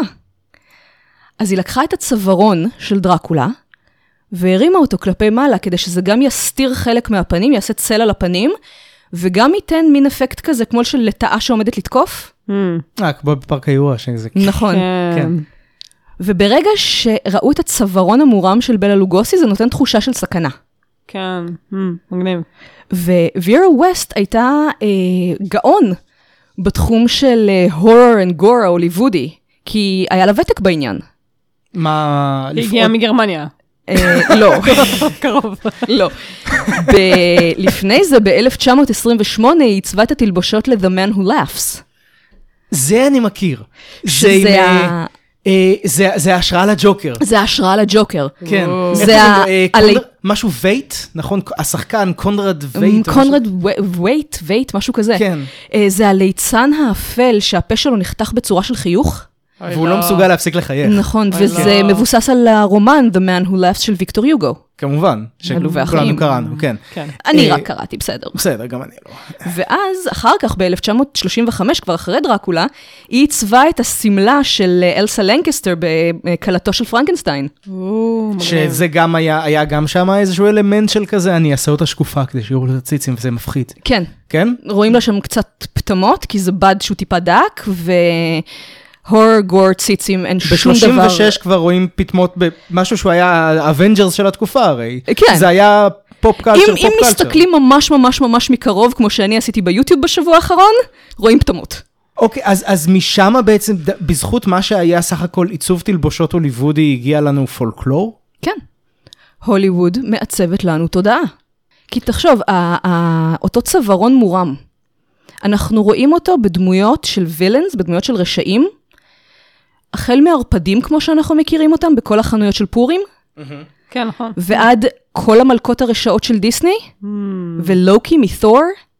אז היא לקחה את הצווארון של דרקולה, והרימה אותו כלפי מעלה, כדי שזה גם יסתיר חלק מהפנים, יעשה צל על הפנים, וגם ייתן מין אפקט כזה, כמו של לטאה שעומדת לתקוף. אה, כמו בפארק היורה, שזה... נכון. כן. וברגע שראו את הצווארון המורם של בלה לוגוסי, זה נותן תחושה של סכנה. כן, מגניב. ווירה ווסט הייתה אה, גאון בתחום של הורר אנד גור ההוליוודי, כי היה לה ותק בעניין. מה... היא הגיעה מגרמניה. לא. קרוב. לא. לפני זה, ב-אלף תשע מאות עשרים ושמונה, היא עיצבה את התלבושות ל-The Man Who Laughs. זה אני מכיר. שזה ה... זה, זה ההשראה לג'וקר. זה ההשראה לג'וקר. כן. זה ה... משהו וייט, נכון? השחקן קונרד וייט. קונרד וייט, וייט, משהו כזה. כן. זה הליצן האפל שהפה שלו נחתך בצורה של חיוך. והוא לא מסוגל להפסיק לחייך. נכון, וזה מבוסס על הרומן The Man Who Laughs של ויקטור יוגו. כמובן, שכולנו קראנו, כן. אני רק קראתי, בסדר. בסדר, גם אני לא. ואז, אחר כך, ב-אלף תשע מאות שלושים וחמש, כבר אחרי דרקולה, היא עיצבה את הסמלה של אלסה לנקסטר בקלתו של פרנקנסטיין. שזה גם היה, היה גם שם איזשהו אלמנט של כזה, אני אעשה אותה שקופה כדי שיראו את הציצים, וזה מפחיד. כן. כן? רואים לה שם קצת פתמות, כי זה בד שהוא טיפה דק, ו... הורר, גור, ציצים, אין שום דבר. ב-שלושים ושש כבר רואים פתמות במשהו שהוא היה האבנג'רס של התקופה הרי. כן. זה היה פופ קלצ'ר, פופ קלצ'ר. אם מסתכלים ממש ממש ממש מקרוב, כמו שאני עשיתי ביוטיוב בשבוע האחרון, רואים פתמות. אוקיי, אז, אז משם בעצם, בזכות מה שהיה סך הכל עיצוב תלבושות הוליוודי, הגיע לנו פולקלור? כן. הוליווד מעצבת לנו תודעה. כי תחשוב, אותו צווארון מורם, אנחנו רואים אותו בדמויות של וילנס, בדמויות של רשעים, החל מערפדים כמו שאנחנו מכירים אותם, בכל החנויות של פורים. כן, נכון. ועד כל המלכות הרשעות של דיסני, ולוקי מתור.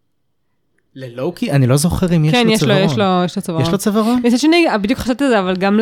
ללוקי? אני לא זוכר אם יש כן, לו יש לו, צווארון. יש לו, יש לו צווארון. יש לו צווארון? מצד שני, בדיוק חשבתי על זה, אבל גם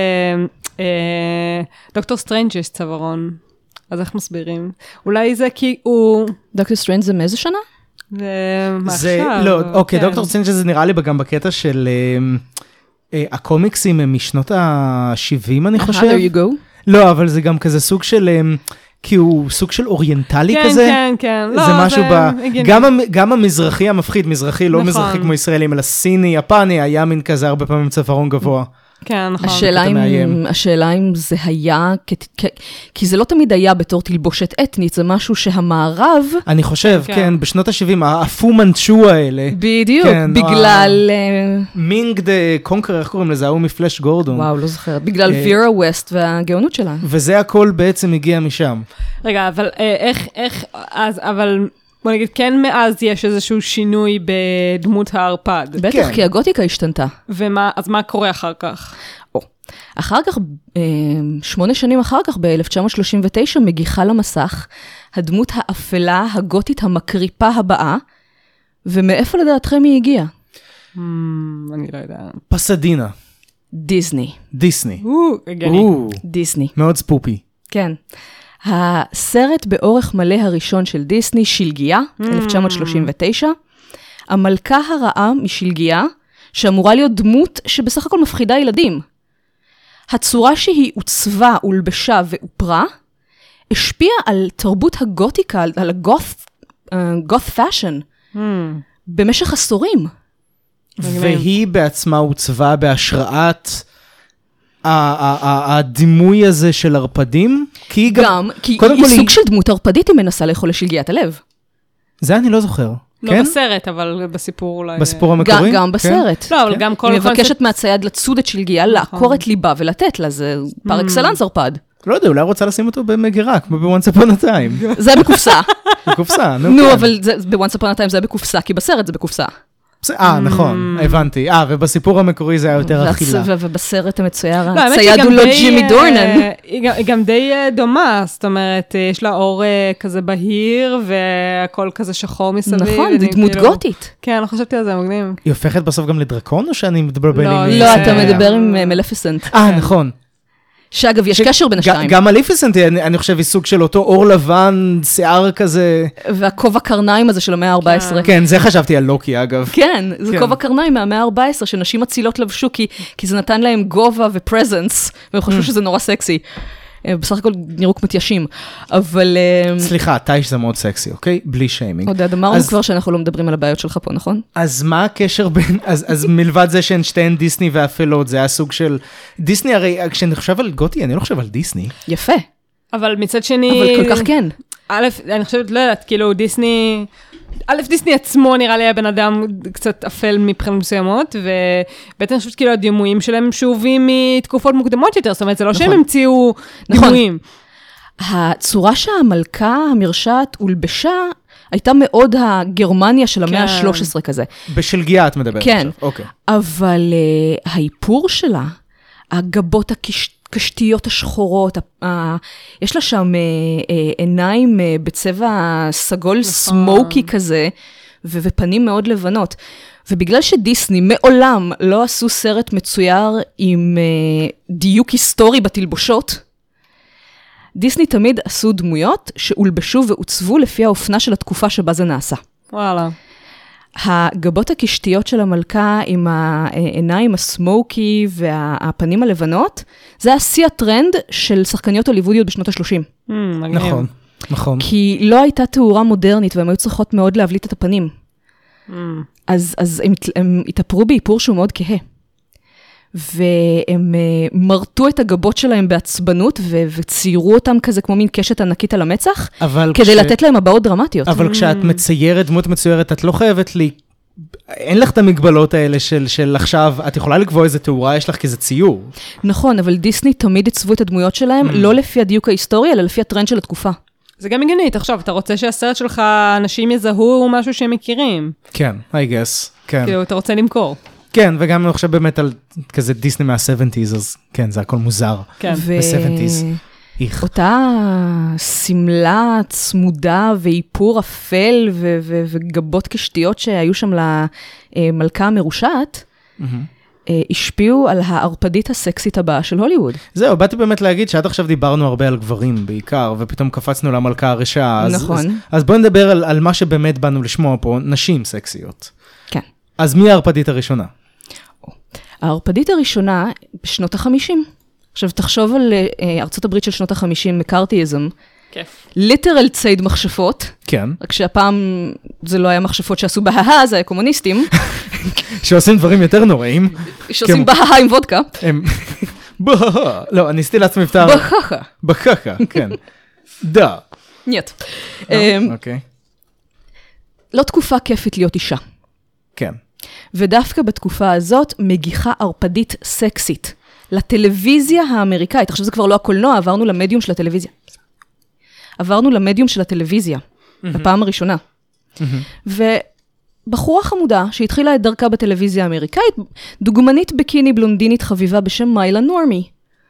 לדוקטור סטרנג' יש צווארון. אז איך מסבירים? אולי זה כי הוא... דוקטור סטרנג' זה מאיזה שנה? זה, לא, אוקיי, דוקטור סטרנג' זה נראה לי גם בקטע של... הקומיקסים הם משנות ה-שבעים, אני חושב. There you go. לא, אבל זה גם כזה סוג של, כי הוא סוג של אוריינטלי כזה. כן, כן, כן. זה משהו ב... גם המזרחי המפחיד, מזרחי, לא מזרחי כמו ישראלים, אלא סיני, יפני, היה מין כזה הרבה פעמים צווארון גבוה. כן, נכון. השאלה אם, השאלה אם זה היה, כי, כי זה לא תמיד היה בתור תלבושת אתנית, זה משהו שהמערב... אני חושב, כן, כן בשנות ה-שבעים, האפו מנצ'ו האלה. בדיוק, כן, בגלל... מינג דה קונקר, איך קוראים לזה? הוא מפלש גורדון. וואו, לא זוכר. בגלל וירה ווסט והגאונות שלה. וזה הכל בעצם הגיע משם. רגע, אבל איך, איך, אז, אבל... בוא נגיד, כן מאז יש איזשהו שינוי בדמות הערפד. בטח, כי הגותיקה השתנתה. ומה, אז מה קורה אחר כך? או, אחר כך, שמונה שנים אחר כך, ב-אלף תשע מאות שלושים ותשע, מגיחה למסך הדמות האפלה, הגותית המקריפה הבאה, ומאיפה לדעתכם היא הגיעה? אני לא יודע. פסדינה. דיסני. דיסני. הגיוני. דיסני. מאוד ספופי. כן. הסרט באורך מלא הראשון של דיסני, שלגיה, אלף תשע מאות שלושים ותשע, המלכה הרעה משלגיה, שאמורה להיות דמות שבסך הכל מפחידה ילדים. הצורה שהיא עוצבה, הולבשה ואופרה, השפיעה על תרבות הגותיקה, על הגות' גות' פאשן, במשך עשורים. והיא בעצמה עוצבה בהשראת הדימוי הזה של ערפדים? כי היא גם, כי היא סוג של דמות ערפדית היא מנסה לאכול לשלגיית הלב. זה אני לא זוכר. לא בסרט, אבל בסיפור אולי... בסיפור המקורי? גם בסרט. לא, אבל גם כל... היא מבקשת מהצייד לצוד את שלגיה, לעקור את ליבה ולתת לה, זה פר אקסלנס ערפד. לא יודע, אולי רוצה לשים אותו במגירה, כמו ב-Once Upon a Time. זה בקופסה. בקופסה, נו. נו, אבל ב-Once Upon a Time זה בקופסה, כי בסרט זה בקופסה. אה, נכון, הבנתי. אה, ובסיפור המקורי זה היה יותר אכילה. ובסרט המצויר, הצייד הוא לא ג'ימי דורנן. היא גם די דומה, זאת אומרת, יש לה אור כזה בהיר, והכל כזה שחור מסביב. נכון, זה דמות גותית. כן, לא חשבתי על זה, מגניב. היא הופכת בסוף גם לדרקון, או שאני מתבלבל עם... לא, אתה מדבר עם מלפיסנט. אה, נכון. שאגב, יש קשר בין השתיים. גם מלפיסנט, אני חושב, היא סוג של אותו אור לבן, שיער כזה. והכובע קרניים הזה של המאה ה-ארבע עשרה. כן, זה חשבתי על לוקי, אגב. כן, זה כובע קרניים מהמאה ה-ארבע עשרה, שנשים מצילות לבשו, כי זה נתן להם גובה ופרזנס, והם חשבו שזה נורא סקסי. בסך הכל נראו כמתיישים, אבל... סליחה, טייש זה מאוד סקסי, אוקיי? בלי שיימינג. עודד, אמרנו כבר שאנחנו לא מדברים על הבעיות שלך פה, נכון? אז מה הקשר בין... אז מלבד זה שהן שתיהן דיסני ואפלות, זה היה סוג של... דיסני, הרי כשאני חושב על גותי, אני לא חושב על דיסני. יפה. אבל מצד שני... אבל כל כך כן. א', אני חושבת, לא יודעת, כאילו דיסני... א', דיסני עצמו נראה לי הבן אדם קצת אפל מבחינות מסוימות, ובעצם אני חושבת כאילו הדימויים שלהם שאובים מתקופות מוקדמות יותר, זאת אומרת, זה לא שהם המציאו דימויים. הצורה שהמלכה המרשעת הולבשה, הייתה מאוד הגרמניה של המאה ה-שלוש עשרה כזה. בשלגיה את מדברת עכשיו. כן, אבל האיפור שלה, הגבות הקשתיות השחורות, יש לה שם עיניים בצבע סגול סמוקי כזה, ופנים מאוד לבנות. ובגלל שדיסני מעולם לא עשו סרט מצויר עם דיוק היסטורי בתלבושות, דיסני תמיד עשו דמויות שהולבשו ועוצבו לפי האופנה של התקופה שבה זה נעשה. וואלה. הגבות הקשתיות של המלכה עם העיניים הסמוקי והפנים הלבנות, זה היה שיא הטרנד של שחקניות הוליוודיות בשנות ה-שלושים. נכון, נכון. כי לא הייתה תאורה מודרנית, והן היו צריכות מאוד להבליט את הפנים. אז, אז הם, הם התאפרו באיפור שהוא מאוד כהה. והם מרתו את הגבות שלהם בעצבנות, ו- וציירו אותם כזה כמו מין קשת ענקית על המצח, כדי כש... לתת להם הבעות דרמטיות. אבל כשאת מציירת, דמות מצוירת, את לא חייבת לי, אין לך את המגבלות האלה של, של עכשיו, את יכולה לקבוע איזה תאורה, יש לך כזה ציור. נכון, אבל דיסני תמיד הצבו את הדמויות שלהם, לא לפי הדיוק ההיסטורי, אלא לפי הטרנד של התקופה. זה גם הגיונית, עכשיו, אתה רוצה שהסרט שלך, אנשים יזהו משהו שהם מכירים. כן, I guess, כן. כאילו, אתה רוצה למכור. כן, וגם אני חושב באמת על כזה דיסני מה-שבעים, אז כן, זה הכל מוזר. כן. ב-שבעים. אותה סמלה צמודה ואיפור אפל ו- ו- וגבות קשתיות שהיו שם למלכה המרושעת, השפיעו על הערפדית הסקסית הבאה של הוליווד. זהו, באתי באמת להגיד שעד עכשיו דיברנו הרבה על גברים בעיקר, ופתאום קפצנו למלכה הרשעה. נכון. אז, אז בואו נדבר על, על מה שבאמת באנו לשמוע פה, נשים סקסיות. כן. אז מי הערפדית הראשונה? הערפדית הראשונה בשנות ה-חמישים. עכשיו, תחשוב על uh, ארצות הברית של שנות ה-חמישים, מקארתיזם. כיף. ליטרל ציד מכשפות. כן. רק שהפעם זה לא היה מכשפות שעשו בהה, זה היה קומוניסטים. שעושים דברים יותר נוראים. שעושים בהה עם וודקה. בהה. לא, אני אסתיל לעצמי מבטר. בהה. בהה, כן. דה. נייט. אוקיי. לא תקופה כיפית להיות אישה. כן. ודווקא בתקופה הזאת מגיחה ערפדית סקסית. לטלוויזיה האמריקאית, עכשיו זה כבר לא הקולנוע, עברנו למדיום של הטלוויזיה. עברנו למדיום של הטלוויזיה, בפעם הראשונה. ובחורה חמודה שהתחילה את דרכה בטלוויזיה האמריקאית, דוגמנית בקיני בלונדינית חביבה בשם מיילה נורמי.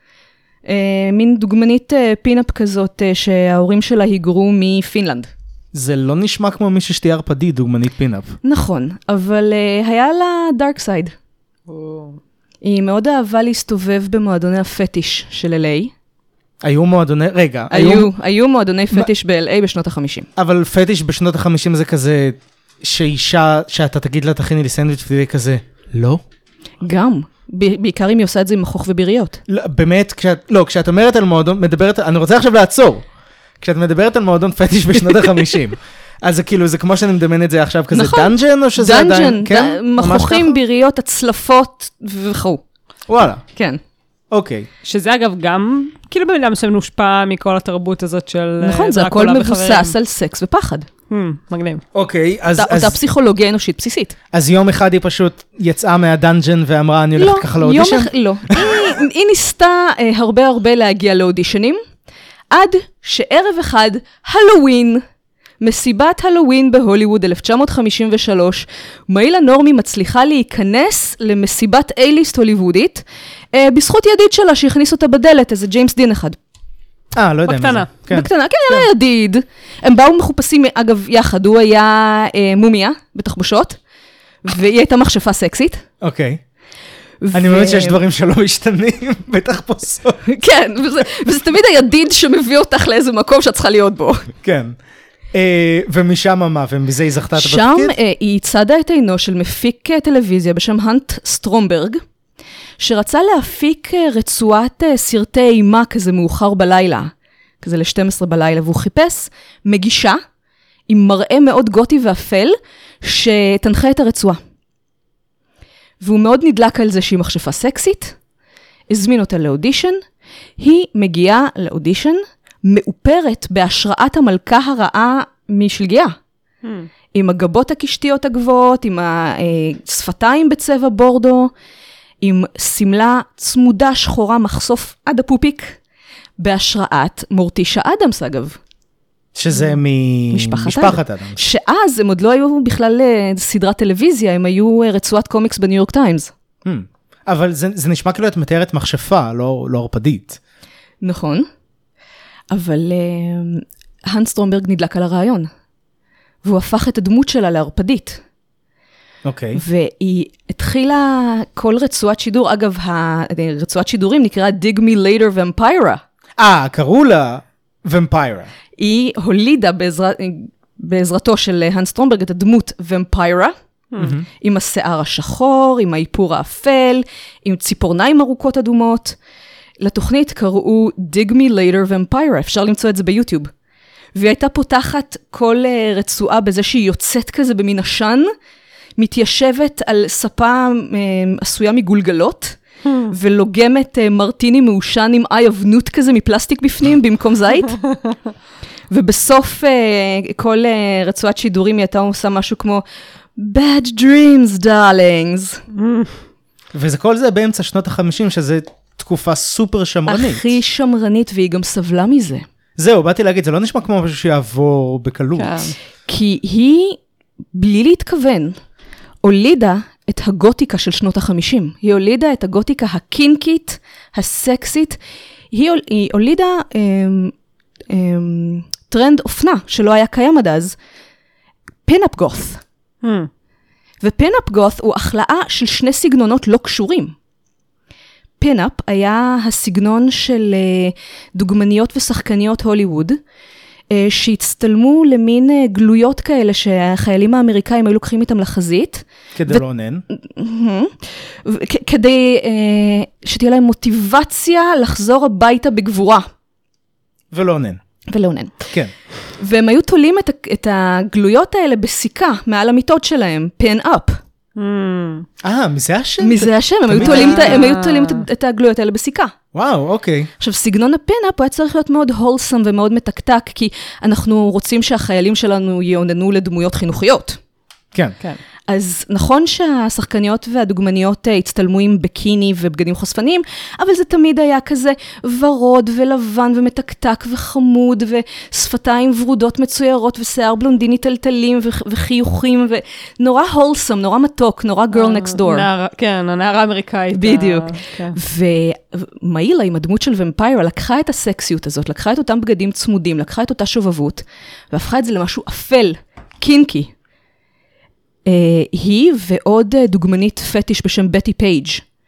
מין דוגמנית פינאפ כזאת שההורים שלה היגרו מפינלנד. זה לא נשמע כמו מי ששתייה ערפדי, דוגמנית פינאפ. נכון, אבל היה לה דארק סייד. היא מאוד אהבה להסתובב במועדוני הפטיש של אל איי. היו מועדוני, רגע. היו, היו, היו מועדוני פטיש ב-אל איי בשנות ה-חמישים. אבל פטיש בשנות ה-חמישים זה כזה, שאישה, שאתה תגיד לה תכיני לי סנדוויץ' ותהיה כזה, לא? גם. בעיקר אם היא עושה את זה עם מחוך וביריות. לא, באמת, כשאת, לא, כשאת אומרת על מועדון, מדברת, אני רוצה עכשיו לעצור. כשאת מדברת על מועדון פטיש בשנות ה-חמישים. אז זה כאילו, זה כמו שאני מדמיין את זה עכשיו כזה נכון. דנג'ן, או שזה דנג'ן, עדיין, כן? מחוכים, ביריות, הצלפות וכו'. וואלה. כן. אוקיי. שזה אגב גם, כאילו במידה מסוים נושפע מכל התרבות הזאת של... נכון, זה הכל מבוסס על סקס ופחד. מגניב. אוקיי, אז... אותה פסיכולוגיה אנושית בסיסית. אז יום אחד היא פשוט יצאה מהדנג'ן ואמרה, אני הולכת ככה לאודישן? לא, היא ניסתה הרבה הרבה להגיע לאודישנים, עד שערב אחד, הלווין, מסיבת הלווין בהוליווד אלף תשע מאות חמישים ושלוש, מיילה נורמי מצליחה להיכנס למסיבת אייליסט הוליוודית, בזכות ידיד שלה שהכניס אותה בדלת, איזה ג'יימס דין אחד. אה, לא יודע בקטנה. מזה. כן. בקטנה, כן, היה ידיד. הם באו מחופשים, אגב, יחד, הוא היה אה, מומיה בתחבושות, והיא הייתה מכשפה סקסית. אוקיי. אני מבין שיש דברים שלא משתנים בתחפושות. כן, וזה, וזה תמיד הידיד שמביא אותך לאיזה מקום שאת צריכה להיות בו. כן. אה, ומשם מה, ומזה היא זכתה את שם התפקיד? אה, היא צדה את עינו של מפיק טלוויזיה בשם הנט סטרומברג, שרצה להפיק רצועת סרטי אימה כזה מאוחר בלילה, כזה ל-שתים עשרה בלילה, והוא חיפש מגישה עם מראה מאוד גותי ואפל, שתנחה את הרצועה. והוא מאוד נדלק על זה שהיא מכשפה סקסית, הזמין אותה לאודישן, היא מגיעה לאודישן, מאופרת בהשראת המלכה הרעה משלגיה. Hmm. עם הגבות הקשתיות הגבוהות, עם השפתיים בצבע בורדו, עם סמלה צמודה שחורה מחשוף עד הפופיק, בהשראת מורטישה אדמס אגב. שזה ממשפחת אדמס. שאז הם עוד לא היו בכלל סדרת טלוויזיה, הם היו רצועת קומיקס בניו יורק טיימס. Hmm. אבל זה, זה נשמע כאילו את מתארת מכשפה, לא, לא ערפדית. נכון. אבל uh, הנס סטרומברג נדלק על הרעיון. והוא הפך את הדמות שלה לערפדית. אוקיי. והיא התחילה כל רצועת שידור, אגב, הרצועת שידורים נקרא Dig Me Later Vampira. אה, קראו לה ומפיירה. היא הולידה בעזר... בעזרתו של הנס סטרומברג את הדמות ומפיירה, mm-hmm. עם השיער השחור, עם האיפור האפל, עם ציפורניים ארוכות אדומות. לתוכנית קראו Dig Me Later Vampira, אפשר למצוא את זה ביוטיוב. והיא הייתה פותחת כל רצועה בזה שהיא יוצאת כזה במין עשן, מתיישבת על ספה עשויה מגולגלות, hmm. ולוגמת מרטיני מעושן עם איי אבנות כזה מפלסטיק בפנים במקום זית. ובסוף כל רצועת שידורים היא הייתה עושה משהו כמו Bad Dreams, darlings. וזה כל זה באמצע שנות ה-חמישים, שזה תקופה סופר שמרנית. הכי שמרנית, והיא גם סבלה מזה. זהו, באתי להגיד, זה לא נשמע כמו משהו שיעבור בקלות. כי היא, בלי להתכוון, הולידה את הגותיקה של שנות ה-חמישים. היא הולידה את הגותיקה הקינקית, הסקסית. היא, היא הולידה אמ, אמ, טרנד אופנה, שלא היה קיים עד אז, פינאפ גות. Hmm. ופינאפ גות הוא החלאה של שני סגנונות לא קשורים. פינאפ היה הסגנון של דוגמניות ושחקניות הוליווד, שהצטלמו למין גלויות כאלה שהחיילים האמריקאים היו לוקחים איתם לחזית. כדי לא עונן. כדי שתהיה להם מוטיבציה לחזור הביתה בגבורה. ולא עונן. ולא עונן. כן. והם היו תולים את, את הגלויות האלה בסיכה מעל המיטות שלהם, פין אפ. אה, מזה השם? מזה השם, הם היו תולים, הם היו תולים את הגלויות האלה בסיכה. וואו, אוקיי. עכשיו, סגנון הפין-אפ היה צריך להיות מאוד הולסם ומאוד מתקתק, כי אנחנו רוצים שהחיילים שלנו יעוננו לדמויות חינוכיות. כן. כן. אז נכון שהשחקניות והדוגמניות הצטלמו עם בקיני ובגדים חושפניים, אבל זה תמיד היה כזה ורוד ולבן ומתקתק וחמוד, ושפתיים ורודות מצוירות, ושיער בלונדיני טלטלים וחיוכים, ונורא הולסום, נורא מתוק, נורא girl next door. כן, הנערה האמריקאית. בדיוק. ומעילה עם הדמות של ומפיירה לקחה את הסקסיות הזאת, לקחה את אותם בגדים צמודים, לקחה את אותה שובבות, והפכה את זה למשהו אפל, קינקי. Uh, היא ועוד uh, דוגמנית פטיש בשם בטי פייג',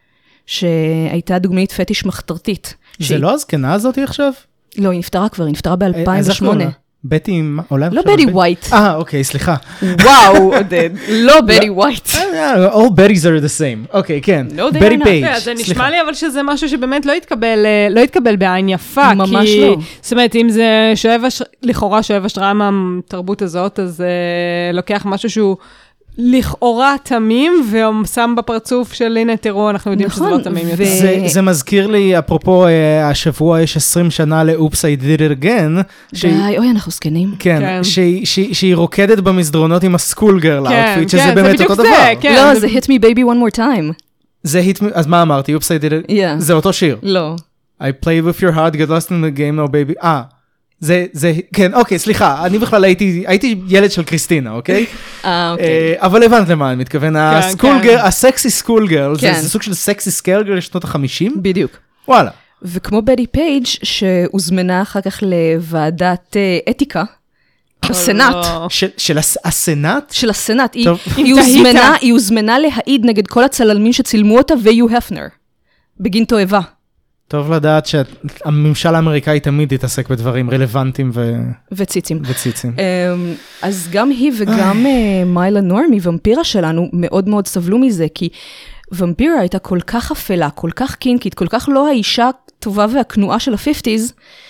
שהייתה דוגמנית פטיש מחתרתית. זה שהיא... לא הזקנה הזאתי עכשיו? לא, היא נפטרה כבר, היא נפטרה ב-אלפיים ושמונה. בטי, אולי... לא בטי ווייט. אה, אוקיי, סליחה. וואו, עודד. לא בטי ווייט. All Bettys are the same. אוקיי, כן. בטי פייג'. זה נשמע לי אבל שזה משהו שבאמת לא יתקבל, לא יתקבל בעין יפה. ממש לא. זאת אומרת, אם זה שואב, לכאורה שואב השראה מהתרבות הזאת, אז לוקח משהו שהוא... לכאורה תמים, ושם בפרצוף של הנה תראו, אנחנו יודעים שזה לא תמים יותר. זה מזכיר לי, אפרופו, השבוע יש עשרים שנה לאופס I did it again. די, אוי, אנחנו זקנים. כן, שהיא רוקדת במסדרונות עם הסקול גרל אאוטפיט, שזה באמת אותו דבר. לא, זה hit me baby one more time. זה hit me, אז מה אמרתי? אופס I did it? זה אותו שיר. לא. I played with your heart, get lost in the game, no baby. אה. זה, זה, כן, אוקיי, סליחה, אני בכלל הייתי, הייתי ילד של קריסטינה, אוקיי? אה, אוקיי. אבל הבנת למה אני מתכוון, הסקסי סקול גרל, זה סוג של סקסי סקייל גרל לשנות החמישים? בדיוק. וואלה. וכמו בטי פייג' שהוזמנה אחר כך לוועדת אתיקה, הסנאט. של הסנאט? של הסנאט. היא הוזמנה להעיד נגד כל הצלמים שצילמו אותה ויו הפנר, בגין תועבה. טוב לדעת שהממשל האמריקאי תמיד יתעסק בדברים רלוונטיים ו... וציצים. וציצים. אז גם היא וגם מיילה נורמי, ומפירה שלנו, מאוד מאוד סבלו מזה, כי ומפירה הייתה כל כך אפלה, כל כך קינקית, כל כך לא האישה הטובה והכנועה של ה-חמישים,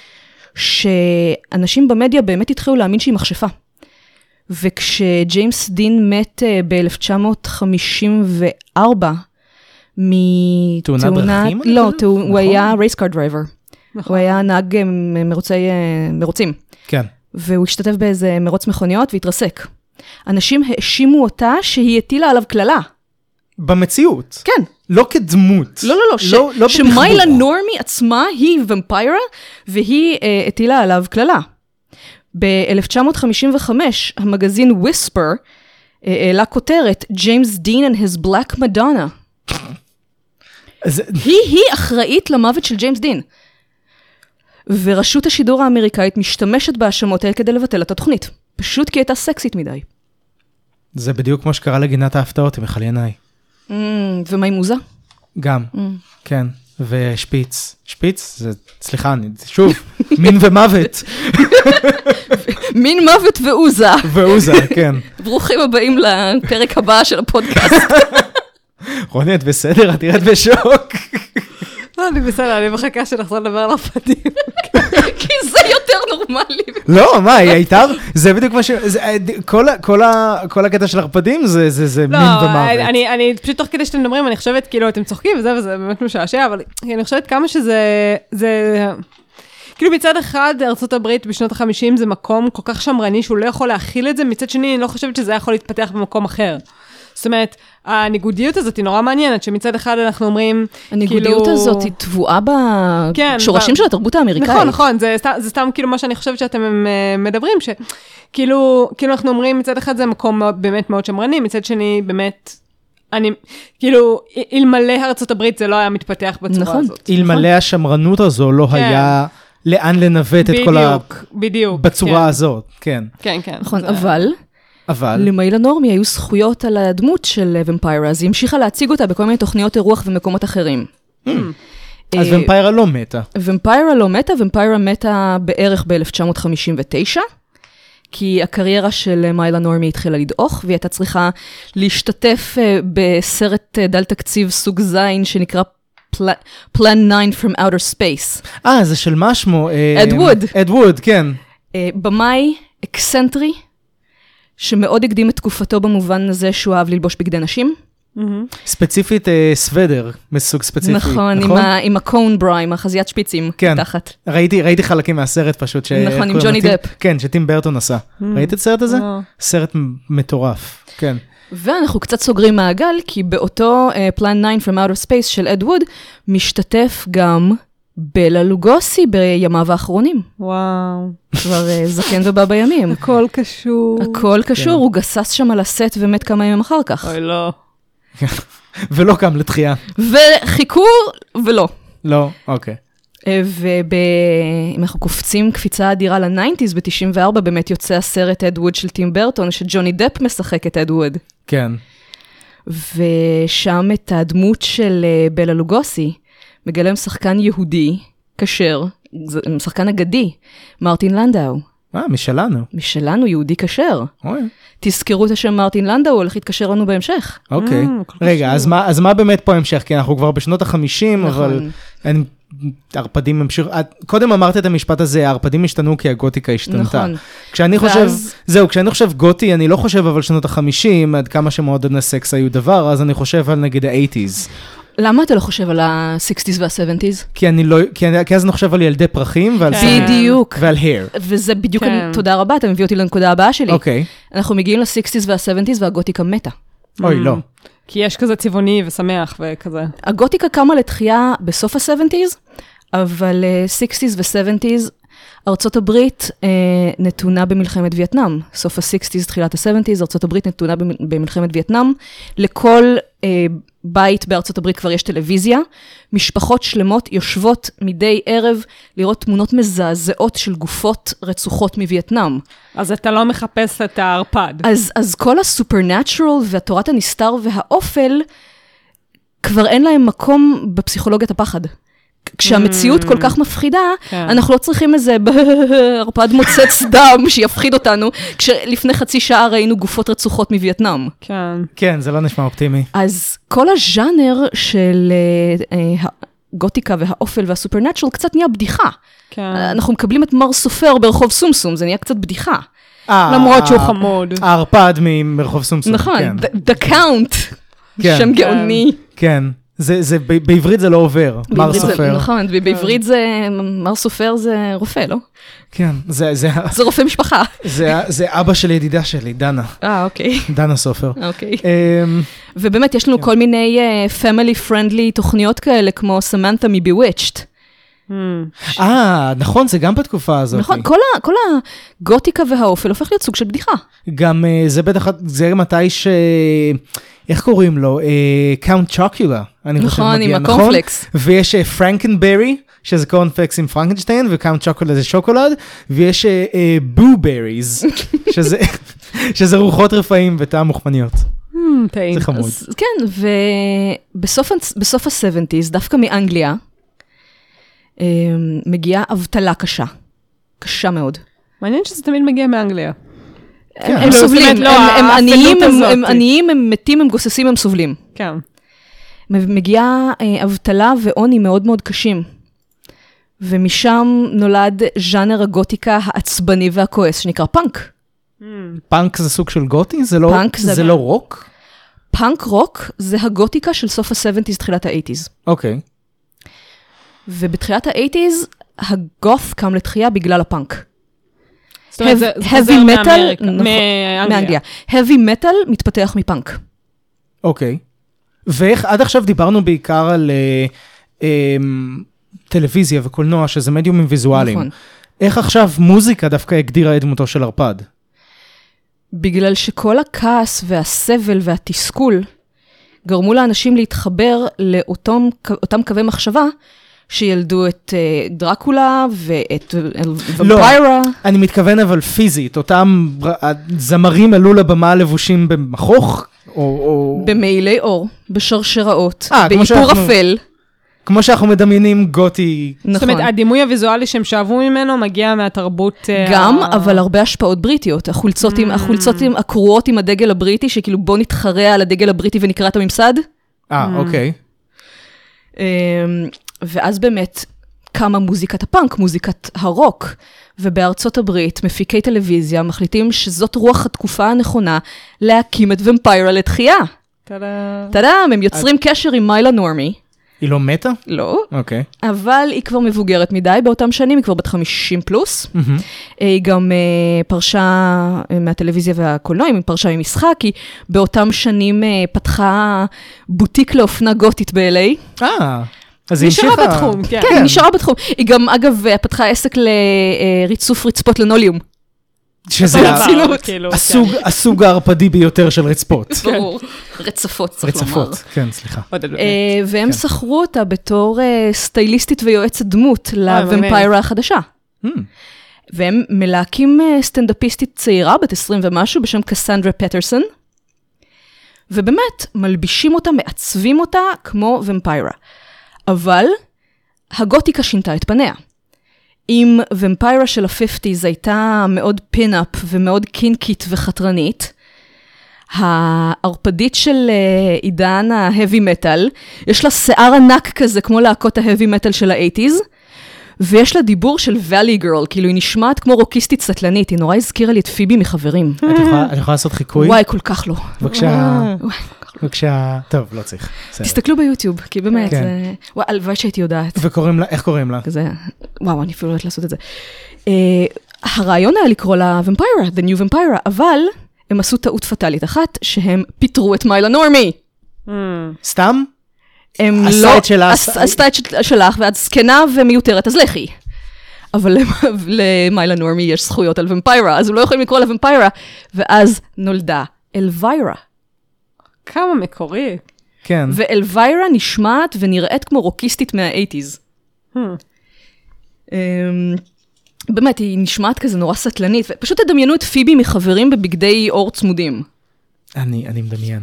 שאנשים במדיה באמת התחילו להאמין שהיא מכשפה. וכשג'יימס דין מת ב-אלף תשע מאות חמישים וארבע, מתאונת דרכים? לא, הוא היה רייסקאר דרייבר. הוא היה נהג מרוצים. כן. והוא השתתף באיזה מרוץ מכוניות והתרסק. אנשים האשימו אותה שהיא הטילה עליו כללה. במציאות? כן. לא כדמות. לא, לא, לא. שמיילה נורמי עצמה היא ומפיירה, והיא הטילה עליו כללה. ב-אלף תשע מאות חמישים וחמש, המגזין וויספר העלה כותרת, James Dean and his Black Madonna. היא היא אחראית למוות של ג'יימס דין. ורשות השידור האמריקאית משתמשת בהאשמות האלה כדי לבטל את התוכנית. פשוט כי הייתה סקסית מדי. זה בדיוק כמו שקרה לגינת ההפתעות עם מיכל ינאי. ומה עם מוזה? גם, כן. ושפיץ. שפיץ, זה, סליחה, אני, שוב, מין ומוות. מין מוות ואוזה. ואוזה, כן. ברוכים הבאים לפרק הבא של הפודקאסט. רוני, את בסדר? את נראית בשוק. לא, אני בסדר, אני מחכה שנחזור לדבר על הפנים. כי זה יותר נורמלי. לא, מה, היא הייתה, זה בדיוק מה ש... כל הקטע של הרפדים זה מין ומוות. לא, אני פשוט תוך כדי שאתם מדברים, אני חושבת, כאילו, אתם צוחקים וזה, וזה באמת משעשע, אבל אני חושבת כמה שזה... כאילו מצד אחד, ארצות הברית בשנות ה-חמישים זה מקום כל כך שמרני, שהוא לא יכול להכיל את זה, מצד שני, אני לא חושבת שזה יכול להתפתח במקום אחר. זאת אומרת, הניגודיות הזאת היא נורא מעניינת, שמצד אחד אנחנו אומרים, הניגודיות הזאת היא תבואה בשורשים של התרבות האמריקאית. נכון, נכון, זה סתם כאילו מה שאני חושבת שאתם מדברים, שכאילו אנחנו אומרים, מצד אחד זה מקום באמת מאוד שמרני, מצד שני באמת, אני, כאילו, אלמלא ארצות הברית זה לא היה מתפתח בצורה הזאת. אלמלא השמרנות הזו לא היה לאן לנווט את כל ה... בדיוק, בצורה הזאת, כן. כן, כן. נכון, אבל... אבל... למיילה נורמי היו זכויות על הדמות של ומפיירה, אז היא המשיכה להציג אותה בכל מיני תוכניות אירוח ומקומות אחרים. אז ומפיירה לא מתה. ומפיירה לא מתה, ומפיירה מתה בערך ב-אלף תשע מאות חמישים ותשע, כי הקריירה של מיילה נורמי התחילה לדעוך, והיא הייתה צריכה להשתתף בסרט דל תקציב סוג זין, שנקרא Plan nine from Outer Space. אה, זה של מה שמו? אד ווד. אד ווד, כן. במאי אקסנטרי, שמאוד הקדים את תקופתו במובן הזה שהוא אהב ללבוש בגדי נשים, ספציפית סוודר, מסוג ספציפי. נכון, עם הקון ברה, עם החזיית שפיצים. כן, תחת. ראיתי חלקים מהסרט פשוט. נכון, עם ג'וני דפ. כן, שטים ברטון עשה. ראית את הסרט הזה? סרט מטורף, כן. ואנחנו קצת סוגרים מעגל, כי באותו Plan nine from Outer Space של אד ווד, משתתף גם בלה לוגוסי בימיו האחרונים. וואו. כבר זקן ובא בימים. הכל קשור. הכל קשור, הוא גסס שם על הסט ומת כמה ימים אחר כך. אוי, לא. ולא קם לתחייה. וחיכו, ולא. לא, אוקיי. ואם אנחנו קופצים קפיצה אדירה ל-תשעים ב-תשעים וארבע, באמת יוצא הסרט אד ווד של טים ברטון, שג'וני דפ משחק את אד ווד. כן. ושם את הדמות של בלה לוגוסי, מגלם שחקן יהודי, כשר, שחקן אגדי, מרטין לנדאו. אה, משלנו. משלנו, יהודי כשר. אוי. תזכרו את השם מרטין לנדאו, הוא הולך להתקשר לנו בהמשך. אוקיי. רגע, אז מה, אז מה באמת פה המשך? כי אנחנו כבר בשנות ה-חמישים, אבל אין... הערפדים המשיך, קודם אמרת את המשפט הזה, הערפדים השתנו כי הגותיקה השתנתה. נכון. כשאני חושב, זהו, כשאני חושב גותי, אני לא חושב אבל שנות ה-חמישים, עד כמה שמועדוני סקס היו דבר, אז אני חושב על נגיד ה-שמונים. למה אתה לא חושב על ה-שישים וה-שבעים? כי אני לא, כי אז אני חושב על ילדי פרחים ועל בדיוק. ועל hair. וזה בדיוק, תודה רבה, אתה מביא אותי לנקודה הבאה שלי. אוקיי. אנחנו מגיעים ל-שישים וה-שבעים והגותיקה מתה. אוי, לא. כי יש כזה צבעוני ושמח וכזה. הגותיקה קמה לתחייה בסוף ה-שבעים, אבל שישים ו-שבעים, ארצות הברית אה, נתונה במלחמת וייטנאם. סוף ה-שישים, תחילת ה-שבעים, ארצות הברית נתונה במלחמת וייטנאם. לכל אה, בית בארצות הברית כבר יש טלוויזיה. משפחות שלמות יושבות מדי ערב לראות תמונות מזעזעות של גופות רצוחות מווייטנאם. אז אתה לא מחפש את הערפד. אז, אז כל הסופרנטורל והתורת הנסתר והאופל, כבר אין להם מקום בפסיכולוגיית הפחד. כשהמציאות כל כך מפחידה, אנחנו לא צריכים איזה ערפד מוצץ דם שיפחיד אותנו, כשלפני חצי שעה ראינו גופות רצוחות מווייטנאם. כן. כן, זה לא נשמע אופטימי. אז כל הז'אנר של הגותיקה והאופל והסופרנטורל קצת נהיה בדיחה. אנחנו מקבלים את מר סופר ברחוב סומסום, זה נהיה קצת בדיחה. למרות שהוא חמוד. הערפד מרחוב סומסום. נכון, The Count, שם גאוני. כן. זה, זה, בעברית זה לא עובר, מר סופר. נכון, ובעברית זה, מר סופר זה רופא, לא? כן, זה, זה, זה רופא משפחה. זה, זה אבא של ידידה שלי, דנה. אה, אוקיי. דנה סופר. אוקיי. ובאמת, יש לנו כל מיני family friendly תוכניות כאלה, כמו סמנתה מ-Bewitched. אה, נכון, זה גם בתקופה הזאת. נכון, כל הגותיקה והאופל הופך להיות סוג של בדיחה. גם זה בטח, זה מתי ש... איך קוראים לו? קאונט צ'וקולה. נכון, עם הקורנפלקס. ויש פרנקנברי, שזה קורנפלקס עם פרנקנשטיין, וקאונט צ'וקולה זה שוקולד, ויש בובריז, שזה רוחות רפאים וטעם מוחמניות. טעים. זה חמוד. כן, ובסוף ה-שבעים, דווקא מאנגליה, מגיעה אבטלה קשה. קשה מאוד. מעניין שזה תמיד מגיע מאנגליה. הם סובלים, הם עניים, הם מתים, הם גוססים, הם סובלים. כן. מגיעה אבטלה ועוני מאוד מאוד קשים. ומשם נולד ז'אנר הגותיקה העצבני והכועס, שנקרא פאנק. פאנק זה סוג של גותי? זה לא רוק? פאנק רוק זה הגותיקה של סוף ה-שבעים, תחילת ה-שמונים. אוקיי. ובתחילת ה-שמונים, הגות קם לתחייה בגלל הפאנק. heavy metal, מאנגליה. heavy metal מתפתח מפאנק. אוקיי. ואיך, עד עכשיו דיברנו בעיקר על טלוויזיה וקולנוע, שזה מדיומים ויזואליים. נכון. איך עכשיו מוזיקה דווקא הגדירה את דמותו של ערפד? בגלל שכל הכעס והסבל והתסכול גרמו לאנשים להתחבר לאותם קווי מחשבה, שילדו את דרקולה ואת ומפיירה. לא, אני מתכוון אבל פיזית, אותם זמרים עלו לבמה לבושים במחוך, או... במעילי אור, בשרשראות, באיפור אפל. כמו שאנחנו מדמיינים גותי. נכון. זאת אומרת, הדימוי הוויזואלי שהם שאבו ממנו מגיע מהתרבות... גם, אבל הרבה השפעות בריטיות. החולצות הקרועות עם הדגל הבריטי, שכאילו בוא נתחרע על הדגל הבריטי ונקרא את הממסד. אה, אוקיי. ואז באמת קמה מוזיקת הפאנק, מוזיקת הרוק, ובארצות הברית מפיקי טלוויזיה מחליטים שזאת רוח התקופה הנכונה להקים את ומפיירה לתחייה. טאדה. טאדם, הם יוצרים קשר עם מיילה נורמי. היא לא מתה? לא. אוקיי. אבל היא כבר מבוגרת מדי באותם שנים, היא כבר בת חמישים פלוס. היא גם פרשה מהטלוויזיה והקולנוע, היא פרשה ממשחק, היא באותם שנים פתחה בוטיק לאופנה גותית ב-אל איי. אה, אז היא נשארה המשיכה. בתחום, כן. כן, היא נשארה בתחום. היא גם, אגב, פתחה עסק לריצוף רצפות לנוליום. שזה דבר, כאילו, הסוג, הסוג הערפדי ביותר של רצפות. ברור. רצפות, צריך לומר. רצפות, כן, סליחה. עוד באמת. אה, והם שכרו אותה בתור אה, סטייליסטית ויועצת דמות מגניב. לוומפיירה החדשה. Hmm. והם מלהקים אה, סטנדאפיסטית צעירה, בת עשרים ומשהו, בשם קסנדרה פטרסון, ובאמת, מלבישים אותה, מעצבים אותה כמו ומפיירה. אבל הגותיקה שינתה את פניה. אם ומפיירה של ה-חמישים הייתה מאוד פין-אפ ומאוד קינקית וחתרנית, הערפדית של עידן ההאבי מטל, יש לה שיער ענק כזה כמו להקות ההאבי מטל של ה-שמונים, ויש לה דיבור של ואלי גרל, כאילו היא נשמעת כמו רוקיסטית סטלנית, היא נורא הזכירה לי את פיבי מחברים. את יכולה, את יכולה לעשות חיקוי? וואי, כל כך לא. בבקשה, וואי, כל כך לא. בבקשה, טוב, לא צריך. בסדר. תסתכלו ביוטיוב, כי באמת, כן. זה... וואי, הלוואי שהייתי יודעת. וקוראים לה, איך קוראים לה? כזה, וואו, אני אפילו לא יודעת לעשות את זה. Uh, הרעיון היה לקרוא לה ומפיירה, The New Vampira, אבל הם עשו טעות פטלית אחת, שהם פיטרו את מיילה נורמי. סתם? הם עשה לא... את שלה, עש- עשה- עשתה את של- שלך, ואת זקנה ומיותרת, אז לכי. אבל למ- למיילה נורמי יש זכויות על ומפיירה, אז הם לא יכולים לקרוא לה ומפיירה, ואז נולדה אלוויירה. כמה מקורי. כן. ואלוויירה נשמעת ונראית כמו רוקיסטית מה-שמונים. Hmm. אמ, באמת, היא נשמעת כזה נורא סטלנית, ופשוט תדמיינו את פיבי מחברים בבגדי אור צמודים. אני, אני מדמיין.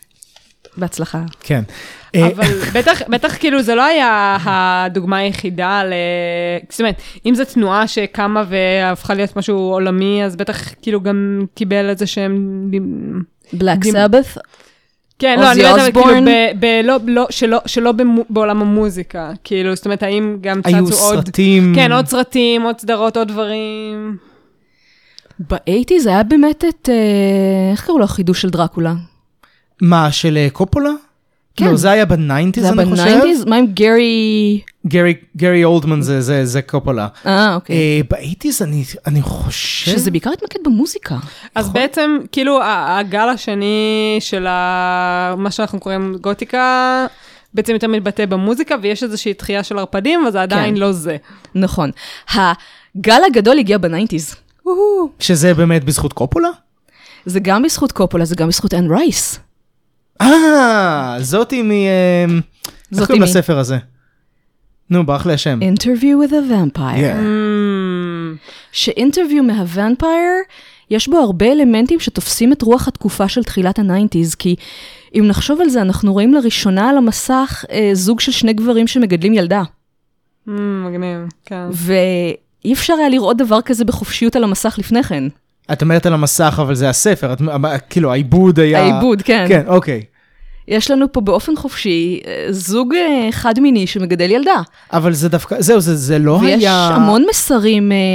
בהצלחה. כן. אבל בטח, בטח כאילו זה לא היה הדוגמה היחידה ל... זאת אומרת, אם זו תנועה שקמה והפכה להיות משהו עולמי, אז בטח כאילו גם קיבל איזה שהם... בלק דימ- סבת. כן, לא, אני אוזי יודעת, אבל כאילו, אוסבורן. ב- ב- לא- לא- שלא- שלא במו- בעולם המוזיקה, כאילו, זאת אומרת, האם גם היו צצו עוד... סרטים. כן, עוד סרטים, עוד סדרות, עוד דברים. ב-שמונים זה היה באמת את... אה, איך קראו לו החידוש של דרקולה? מה, של אה, קופולה? כן. לא, זה היה ב-תשעים, זה היה אני חושב. ב-תשעים? מה עם גרי... גרי, גרי אולדמן זה, זה, זה קופולה. אה, אוקיי. אה, ב-שמונים אני, אני חושב... שזה בעיקר התמקד במוזיקה. אז בעצם, כאילו, ה- הגל השני של ה- מה שאנחנו קוראים גותיקה, בעצם יותר מתבטא במוזיקה, ויש איזושהי תחייה של ערפדים, אבל זה עדיין כן. לא זה. נכון. הגל הגדול הגיע ב-תשעים. שזה באמת בזכות קופולה? זה גם בזכות קופולה, זה גם בזכות אן רייס. אה, זאתי מ... אה, איך זאתי קוראים מי? לספר הזה? נו, ברח לי השם. Interview with a Vampire. Yeah. Mm, שאינטרוויו מהוואמפייר, יש בו הרבה אלמנטים שתופסים את רוח התקופה של תחילת ה-תשעים, כי אם נחשוב על זה, אנחנו רואים לראשונה על המסך אה, זוג של שני גברים שמגדלים ילדה. mm, מגניב, כן. ואי אפשר היה לראות דבר כזה בחופשיות על המסך לפני כן. את אומרת על המסך, אבל זה הספר. את, כאילו, העיבוד היה... העיבוד, כן. כן, אוקיי. יש לנו פה באופן חופשי אה, זוג אה, חד מיני שמגדל ילדה. אבל זה דווקא... זהו, זה, זה לא ויש היה... המון מסרים, אה,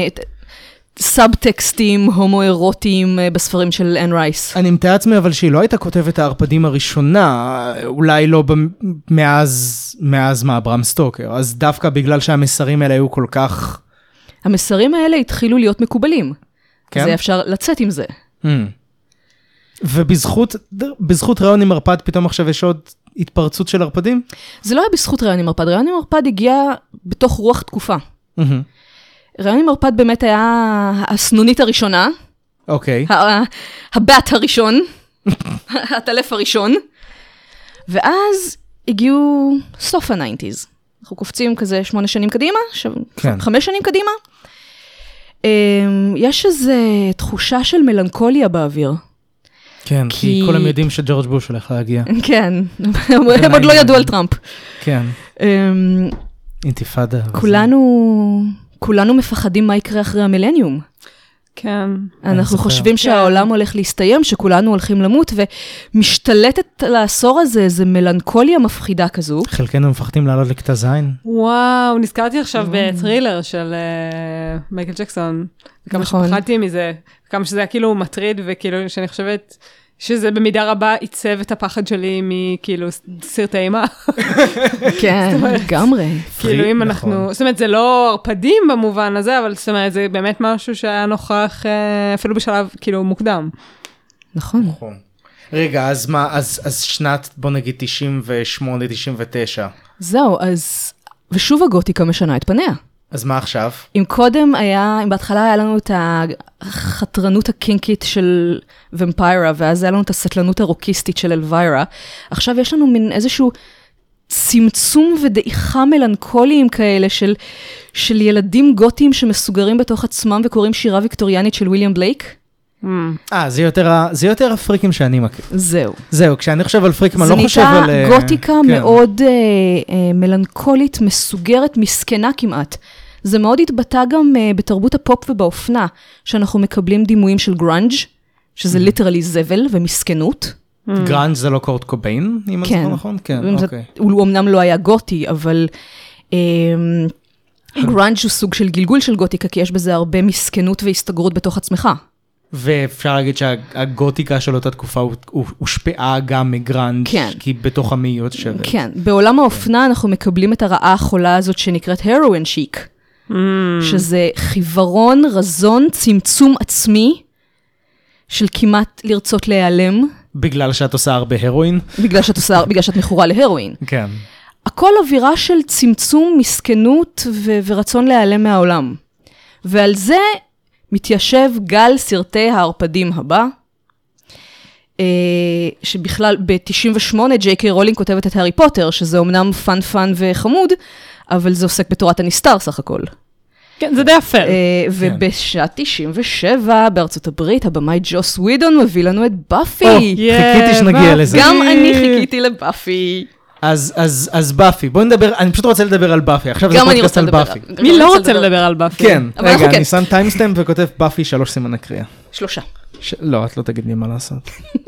סאבטקסטים הומואירוטיים אה, בספרים של אן רייס. אני מתאר לעצמי, אבל שהיא לא הייתה כותבת הערפדים הראשונה, אולי לא במ... מאז, מאז מה, ברם סטוקר. אז דווקא בגלל שהמסרים האלה היו כל כך... המסרים האלה התחילו להיות מקובלים. כן? אז היה אפשר לצאת עם זה. Hmm. ובזכות, בזכות רעיון עם ערפד, פתאום עכשיו יש עוד התפרצות של ערפדים? זה לא היה בזכות רעיון עם ערפד, רעיון עם ערפד הגיע בתוך רוח תקופה. Mm-hmm. רעיון עם ערפד באמת היה הסנונית הראשונה, אוקיי. ה- הבת הראשון, הטלף הראשון, ואז הגיעו סוף ה-תשעים. אנחנו קופצים כזה שמונה שנים קדימה, ש... כן. חמש שנים קדימה. יש איזו תחושה של מלנכוליה באוויר. כן, כי... כי- כי כולם יודעים שג'ורג' בוש הולך להגיע. כן, הם עוד לא ידעו על טראמפ. כן, אמ, אינתיפאדה. כולנו, כולנו מפחדים מה יקרה אחרי המילניום. כן. אנחנו זוכר. חושבים שהעולם הולך להסתיים, שכולנו הולכים למות, ומשתלטת על העשור הזה, זה מלנכוליה מפחידה כזו. חלקנו מפחדים לעלות לכתה זין. וואו, נזכרתי עכשיו בטרילר של אה, מייקל ג'קסון. כמה נכון. שפחדתי מזה, כמה שזה היה כאילו מטריד, וכאילו שאני חושבת שזה במידה רבה עיצב את הפחד שלי מכאילו סרטי אימה. כן, לגמרי. כאילו אם אנחנו, זאת אומרת, זה לא ערפדים במובן הזה, אבל זאת אומרת, זה באמת משהו שהיה נוכח אפילו בשלב כאילו מוקדם. נכון. נכון. רגע, אז מה, אז, אז שנת, בוא נגיד, תשעים ושמונה תשעים ותשע. זהו, אז, ושוב הגותיקה משנה את פניה. אז מה עכשיו? אם קודם היה, אם בהתחלה היה לנו את החתרנות הקינקית של ומפיירה, ואז היה לנו את הסטלנות הרוקיסטית של אלוויירה, עכשיו יש לנו מין איזשהו צמצום ודעיכה מלנכוליים כאלה של, של ילדים גותיים שמסוגרים בתוך עצמם וקוראים שירה ויקטוריאנית של וויליאם בלייק. אה, זה יותר, זה יותר הפריקים שאני מכיר. זהו. זהו, כשאני חושב על פריקים, אני לא חושב על... זה נהייתה גותיקה מאוד מלנכולית, מסוגרת, מסכנה כמעט. זה מאוד התבטא גם בתרבות הפופ ובאופנה, שאנחנו מקבלים דימויים של גראנג', שזה ליטרלי זבל ומסכנות. גראנג' זה לא קורט קוביין, אם זה נכון? כן, אוקיי. הוא אמנם לא היה גותי, אבל... גראנג' הוא סוג של גלגול של גותיקה, כי יש בזה הרבה מסכנות והסתגרות בתוך עצמך. ואפשר להגיד שהגותיקה של אותה תקופה הושפעה גם מגראנג' כי בתוך המאיות שווה. כן, בעולם האופנה אנחנו מקבלים את הרעה החולה הזאת שנקראת הרואין שיק, שזה חיוורון, רזון, צמצום עצמי, של כמעט לרצות להיעלם. בגלל שאת עושה הרבה הרואין? בגלל שאת עושה, בגלל שאת מכורה להרואין. כן. הכל אווירה של צמצום, מסכנות ו- ורצון להיעלם מהעולם. ועל זה מתיישב גל סרטי הערפדים הבא, שבכלל ב-תשעים ושמונה ג'יי קיי רולינג כותבת את הארי פוטר, שזה אומנם פן פן וחמוד, אבל זה עוסק בתורת הנסתר סך הכל. כן, זה די אפל. ובשעת תשעים ושבע, בארצות הברית, הבמאי ג'וס ווידון מביא לנו את באפי. חיכיתי שנגיע לזה. גם אני חיכיתי לבאפי. אז, אז, אז באפי, בואי נדבר, אני פשוט רוצה לדבר על באפי, עכשיו זה פודקאסט על באפי. מי לא רוצה לדבר על באפי? כן, רגע, אני שם טיימסטמפ וכותב באפי שלוש סימן הקריאה. שלושה. לא, את לא תגיד לי מה לעשות.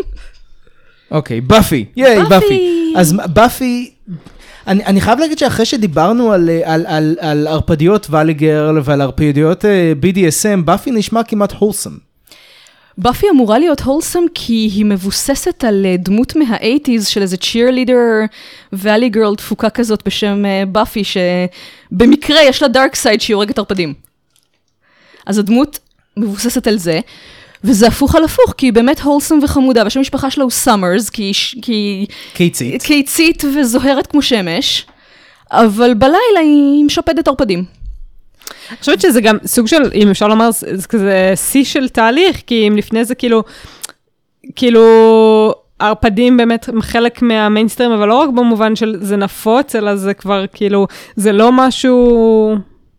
אוקיי, באפי, ייי, באפי. אז באפי, אני, אני חייב להגיד שאחרי שדיברנו על, על, על, על ערפדיות ואלי גרל ועל ערפדיות בי די אס אם, באפי נשמע כמעט הולסם. באפי אמורה להיות הולסם כי היא מבוססת על דמות מה-שמונים של איזה cheerleader ואלי גרל דפוקה כזאת בשם באפי, שבמקרה יש לה דארק סייד שהיא הורגת ערפדים. אז הדמות מבוססת על זה, וזה הפוך על הפוך, כי היא באמת הולסם וחמודה, ושם המשפחה שלה הוא סאמרס, כי היא קיצית. קיצית וזוהרת כמו שמש, אבל בלילה היא משפדת ערפדים. אני חושבת שזה גם סוג של, אם אפשר לומר, זה כזה שיא של תהליך, כי אם לפני זה כאילו, כאילו, ערפדים באמת חלק מהמיינסטרים, אבל לא רק במובן של זה נפוץ, אלא זה כבר כאילו, זה לא משהו,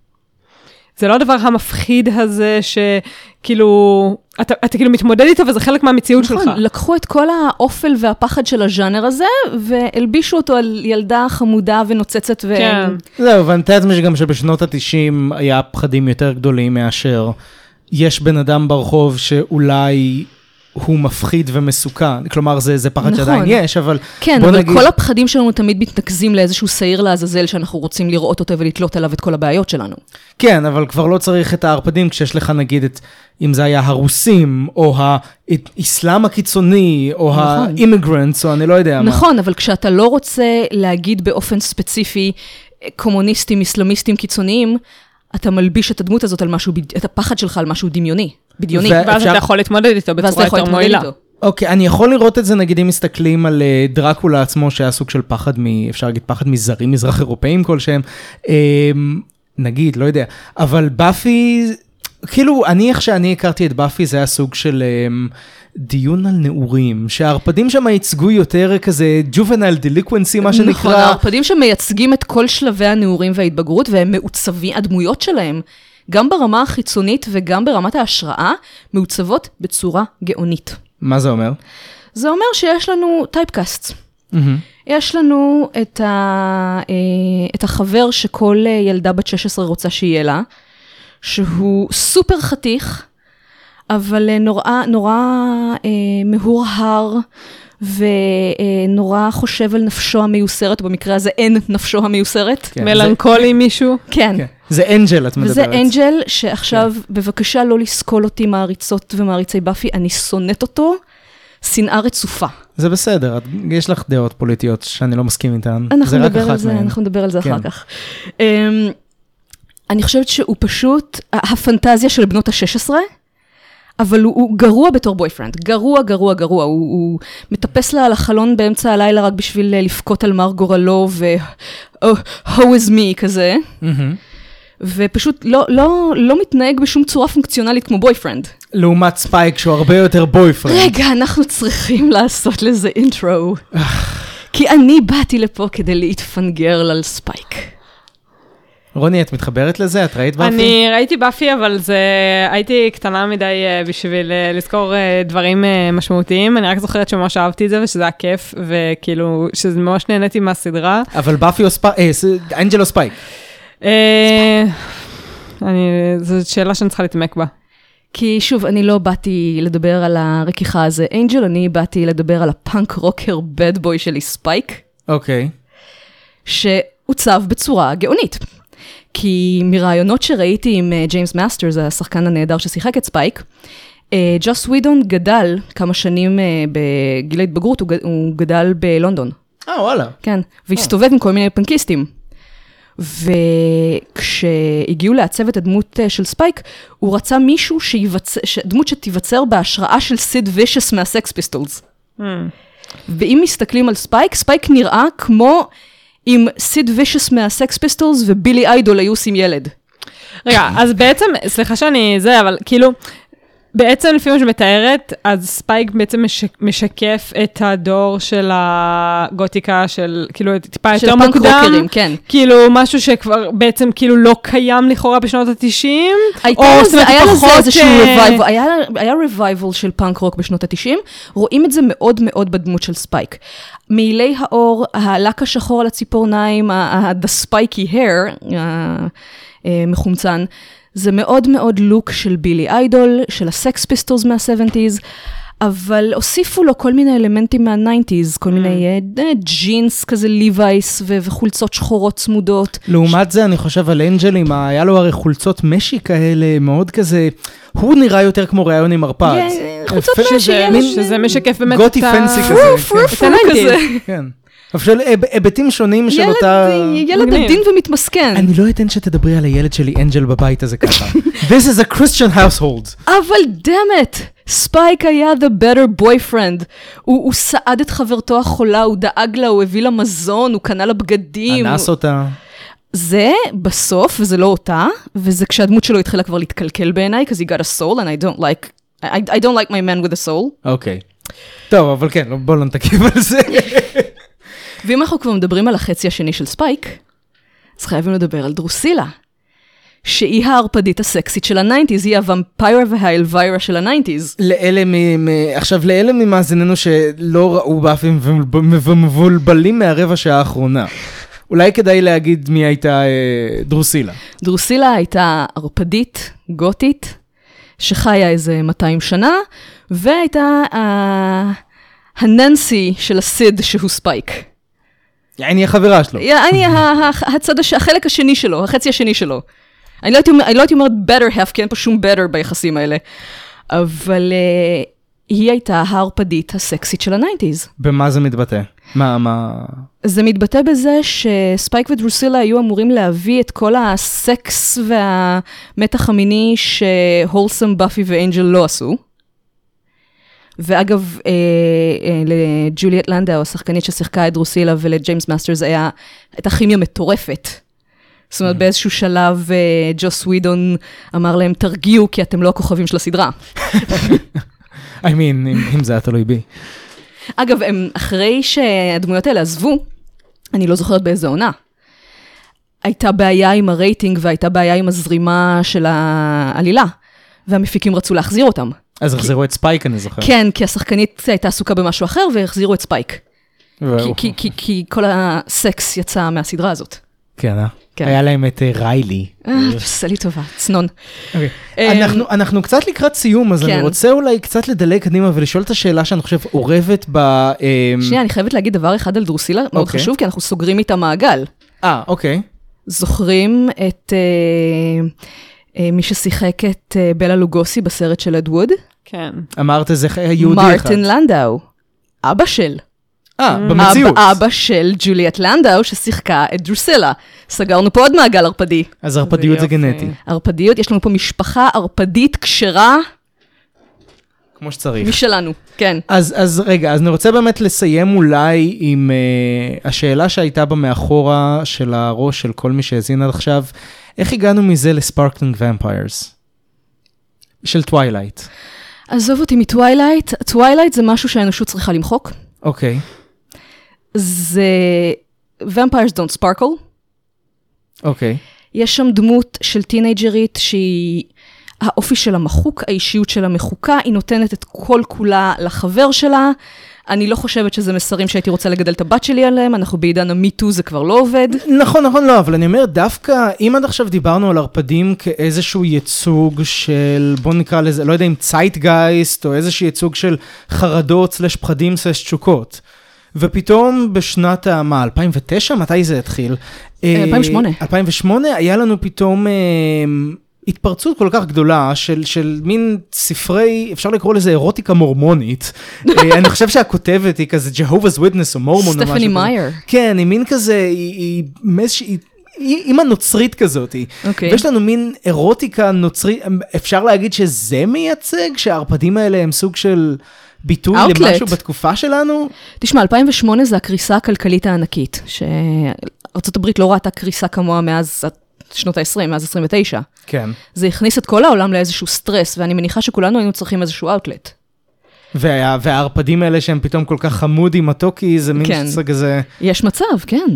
זה לא הדבר המפחיד הזה, שכאילו, אתה, אתה כאילו מתמודד איתו, וזה חלק מהמציאות נכון, שלך. לקחו את כל האופל והפחד של הז'אנר הזה, והלבישו אותו על ילדה חמודה ונוצצת. ו... כן. זהו, ואני תאר לעצמי שגם שבשנות ה-תשעים היה פחדים יותר גדולים מאשר יש בן אדם ברחוב שאולי הוא מפחיד ומסוכן. כלומר, זה, זה פחד נכון. שעדיין יש, אבל כן, בוא אבל נגיד... כל הפחדים שלנו תמיד מתנקזים לאיזשהו שעיר לעזאזל שאנחנו רוצים לראות אותו ולתלות עליו את כל הבעיות שלנו. כן, אבל כבר לא צריך את הערפדים כשיש לך נגיד את, אם זה היה הרוסים, או האסלאם הקיצוני, או נכון. האימיגרנטס, או אני לא יודע מה. נכון, אבל כשאתה לא רוצה להגיד באופן ספציפי קומוניסטים, אסלאמיסטים קיצוניים, אתה מלביש את הדמות הזאת על משהו, את הפחד שלך על משהו דמיוני, בדיוני. ואז אתה יכול להתמודד איתו בצורה יותר מועילה. אוקיי, אני יכול לראות את זה, נגיד אם מסתכלים על דרקולה עצמו, שהיה סוג של פחד, אפשר להגיד פחד מזרים, מזרח אירופאים כלשהם, נגיד, לא יודע, אבל באפי, כאילו, אני איך שאני הכרתי את באפי, זה היה סוג של דיון על נעורים, שהערפדים שם ייצגו יותר כזה juvenile delinquency, מה שנקרא. נכון, הערפדים שמייצגים את כל שלבי הנעורים וההתבגרות, והם מעוצבים, הדמויות שלהם, גם ברמה החיצונית וגם ברמת ההשראה, מעוצבות בצורה גאונית. מה זה אומר? זה אומר שיש לנו טייפקאסט. Mm-hmm. יש לנו את, ה, את החבר שכל ילדה בת שש עשרה רוצה שיהיה לה, שהוא סופר חתיך, אבל נורא, נורא אה, מהורהר, ונורא חושב על נפשו המיוסרת, במקרה הזה אין נפשו המיוסרת. כן, מלנכולי זה... מישהו. כן. כן. זה אנג'ל, את מדברת. וזה אנג'ל שעכשיו, כן. בבקשה לא לסקול אותי מעריצות ומעריצי באפי, אני שונאת אותו, שנאה רצופה. זה בסדר, יש לך דעות פוליטיות שאני לא מסכים איתן. אנחנו נדבר על זה, אנחנו נדבר על זה אחר כך. אני חושבת שהוא פשוט, הפנטזיה של בנות ה-שש עשרה, אבל הוא, הוא גרוע בתור בויפרנד, גרוע, גרוע, גרוע, הוא, הוא מטפס לה על החלון באמצע הלילה רק בשביל לפקוט על מר גורלו ו... Oh, how is me כזה. Mm-hmm. ופשוט לא, לא, לא מתנהג בשום צורה פונקציונלית כמו בויפרנד. לעומת ספייק שהוא הרבה יותר בויפרנד. רגע, אנחנו צריכים לעשות לזה אינטרו. כי אני באתי לפה כדי להתפנגר על ספייק. רוני, את מתחברת לזה? את ראית באפי? אני ראיתי באפי, אבל זה... הייתי קטנה מדי בשביל לזכור דברים משמעותיים. אני רק זוכרת שממש אהבתי את זה, ושזה היה כיף, וכאילו, שזה ממש נהניתי מהסדרה. אבל באפי או ספייק? אנג'ל או ספייק? זו שאלה שאני צריכה להתעמק בה. כי שוב, אני לא באתי לדבר על הרקיחה הזה אנג'ל, אני באתי לדבר על הפאנק רוקר בד בוי שלי ספייק. אוקיי. שהוצב בצורה גאונית. כי מרעיונות שראיתי עם ג'יימס מאסטרס, השחקן הנהדר ששיחק את ספייק, ג'וס ווידון גדל כמה שנים בגיל ההתבגרות, הוא גדל בלונדון. אה, וואלה. כן, והסתובב עם כל מיני פנקיסטים. וכשהגיעו לעצב את הדמות של ספייק, הוא רצה מישהו שיבצ... דמות שתיווצר בהשראה של סיד וישס מהסקס פיסטולס. Mm. ואם מסתכלים על ספייק, ספייק נראה כמו עם סיד וישס מהסקס פיסטולס ובילי איידול היו עושים ילד. רגע, אז בעצם, סליחה שאני זה, אבל כאילו, בעצם לפי מה שמתארת, אז ספייק בעצם משקף את הדור של הגותיקה, של כאילו טיפה יותר מוקדם. של פאנק רוקרים, כן. כאילו משהו שכבר בעצם כאילו לא קיים לכאורה בשנות ה-תשעים. היה לזה איזשהו revival, היה revival של פאנק רוק בשנות ה-תשעים, רואים את זה מאוד מאוד בדמות של ספייק. מעילי האור, הלק השחור על הציפורניים, the spiky hair, מחומצן, זה מאוד מאוד לוק של בילי איידול, של הסקס פיסטולס מה-שבעים, אבל הוסיפו לו כל מיני אלמנטים מה-תשעים, כל מיני ג'ינס כזה ליווייס וחולצות שחורות צמודות. לעומת זה אני חושב על אנג'לים, היה לו הרי חולצות משי כאלה, מאוד כזה, הוא נראה יותר כמו ראיון עם הרפד. חולצות משי, שזה משקף באמת גותי פנסי כזה. פרו פרו כזה. כן. אבל היבטים שונים של אותה... ילד עדין ומתמסכן. אני לא אתן שתדברי על הילד שלי, אנג'ל, בבית הזה ככה. This is a Christian household. אבל damn it, ספייק היה the better boyfriend. הוא סעד את חברתו החולה, הוא דאג לה, הוא הביא לה מזון, הוא קנה לה בגדים. אנס אותה. זה בסוף, וזה לא אותה, וזה כשהדמות שלו התחילה כבר להתקלקל בעיניי, because he got a soul, and I don't like, I, I don't like my man with a soul. אוקיי. טוב, אבל כן, בואו לא נתעכב על זה. ואם אנחנו כבר מדברים על החצי השני של ספייק, אז חייבים לדבר על דרוסילה, שהיא הערפדית הסקסית של ה-תשעים, היא הוומפיירה והאלוויירה של ה-תשעים. לאלה מ... עכשיו, לאלה ממאזיננו שלא ראו באפים ומבולבלים מהרבע שעה האחרונה, אולי כדאי להגיד מי הייתה דרוסילה. דרוסילה הייתה ערפדית, גותית, שחיה איזה מאתיים שנה, והייתה הננסי של הסיד שהוא ספייק. אני החברה שלו. אני הצד, החלק השני שלו, החצי השני שלו. אני לא הייתי אומרת better half, כי אין פה שום better ביחסים האלה. אבל היא הייתה הערפדית הסקסית של ה-תשעים. במה זה מתבטא? מה, מה... זה מתבטא בזה שספייק ודרוסילה היו אמורים להביא את כל הסקס והמתח המיני שהולסם, באפי ואנג'ל לא עשו. ואגב, אה, אה, לג'וליאט לנדאו, השחקנית ששיחקה את דרוסילה, ולג'יימס מאסטרס היה, הייתה כימיה מטורפת. זאת אומרת, באיזשהו שלב, אה, ג'וס ווידון אמר להם, תרגיעו, כי אתם לא הכוכבים של הסדרה. I mean, אם, אם זה היה תלוי בי. אגב, הם, אחרי שהדמויות האלה עזבו, אני לא זוכרת באיזה עונה, הייתה בעיה עם הרייטינג, והייתה בעיה עם הזרימה של העלילה, והמפיקים רצו להחזיר אותם. אז החזירו את ספייק, אני זוכר. כן, כי השחקנית הייתה עסוקה במשהו אחר, והחזירו את ספייק. כי כל הסקס יצא מהסדרה הזאת. כן, היה להם את ריילי. עשה לי טובה, צנון. אנחנו קצת לקראת סיום, אז אני רוצה אולי קצת לדלג קדימה, ולשאול את השאלה שאני חושב עורבת ב... שנייה, אני חייבת להגיד דבר אחד על דרוסילה, מאוד חשוב, כי אנחנו סוגרים איתה מעגל. אה, אוקיי. זוכרים את... מי ששיחק את בלה לוגוסי בסרט של אד ווד? כן. אמרת איזה יהודי אחד. מרטין לנדאו, אבא של. אה, במציאות. אבא, אבא של ג'וליאט לנדאו, ששיחקה את דרוסלה. סגרנו פה עוד מעגל ערפדי. אז ערפדיות זה גנטי. ערפדיות, יש לנו פה משפחה ערפדית כשרה. כמו שצריך. משלנו, כן. אז, אז רגע, אז אני רוצה באמת לסיים אולי עם uh, השאלה שהייתה בה מאחורה של הראש של כל מי שהזין עד עכשיו. איך הגענו מזה לספארקלינג ומפיירס? של טווילייט. עזוב אותי מטווילייט. טווילייט זה משהו שהאנושות צריכה למחוק. אוקיי. זה Vampires Don't Sparkle. אוקיי. יש שם דמות של טינג'רית שהיא, האופי שלה מחוק, האישיות שלה מחוקה, היא נותנת את כל כולה לחבר שלה. אני לא חושבת שזה מסרים שהייתי רוצה לגדל את הבת שלי עליהם, אנחנו בעידן המיטו, זה כבר לא עובד. נכון, נכון, לא, אבל אני אומר, דווקא, אם עד עכשיו דיברנו על ערפדים כאיזשהו ייצוג של, בוא נקרא לזה, לא יודע אם צייטגייסט, או איזשהו ייצוג של חרדות, סלש פחדים, סלש תשוקות. ופתאום בשנת, מה, אלפיים ותשע? מתי זה התחיל? אלפיים ושמונה. אלפיים ושמונה, היה לנו פתאום התפרצות כל כך גדולה של, של מין ספרי, אפשר לקרוא לזה אירוטיקה מורמונית. אני חושב שהכותבת היא כזה Jehovah's Witness או מורמון. סטפני מאייר. כן, היא מין כזה, היא, היא, היא, היא אימא נוצרית כזאת. אוקיי. ויש לנו מין אירוטיקה נוצרית, אפשר להגיד שזה מייצג, שהערפדים האלה הם סוג של ביטוי Outlet. למשהו בתקופה שלנו? תשמע, אלפיים ושמונה זה הקריסה הכלכלית הענקית, שארצות הברית לא ראתה קריסה כמוה מאז שנות ה-עשרים, מאז עשרים ותשע. כן. זה הכניס את כל העולם לאיזשהו סטרס, ואני מניחה שכולנו היינו צריכים איזשהו אאוטלט. וה, והערפדים האלה שהם פתאום כל כך חמודי, מתוקי, זה מין כן. שצג כזה... יש מצב, כן.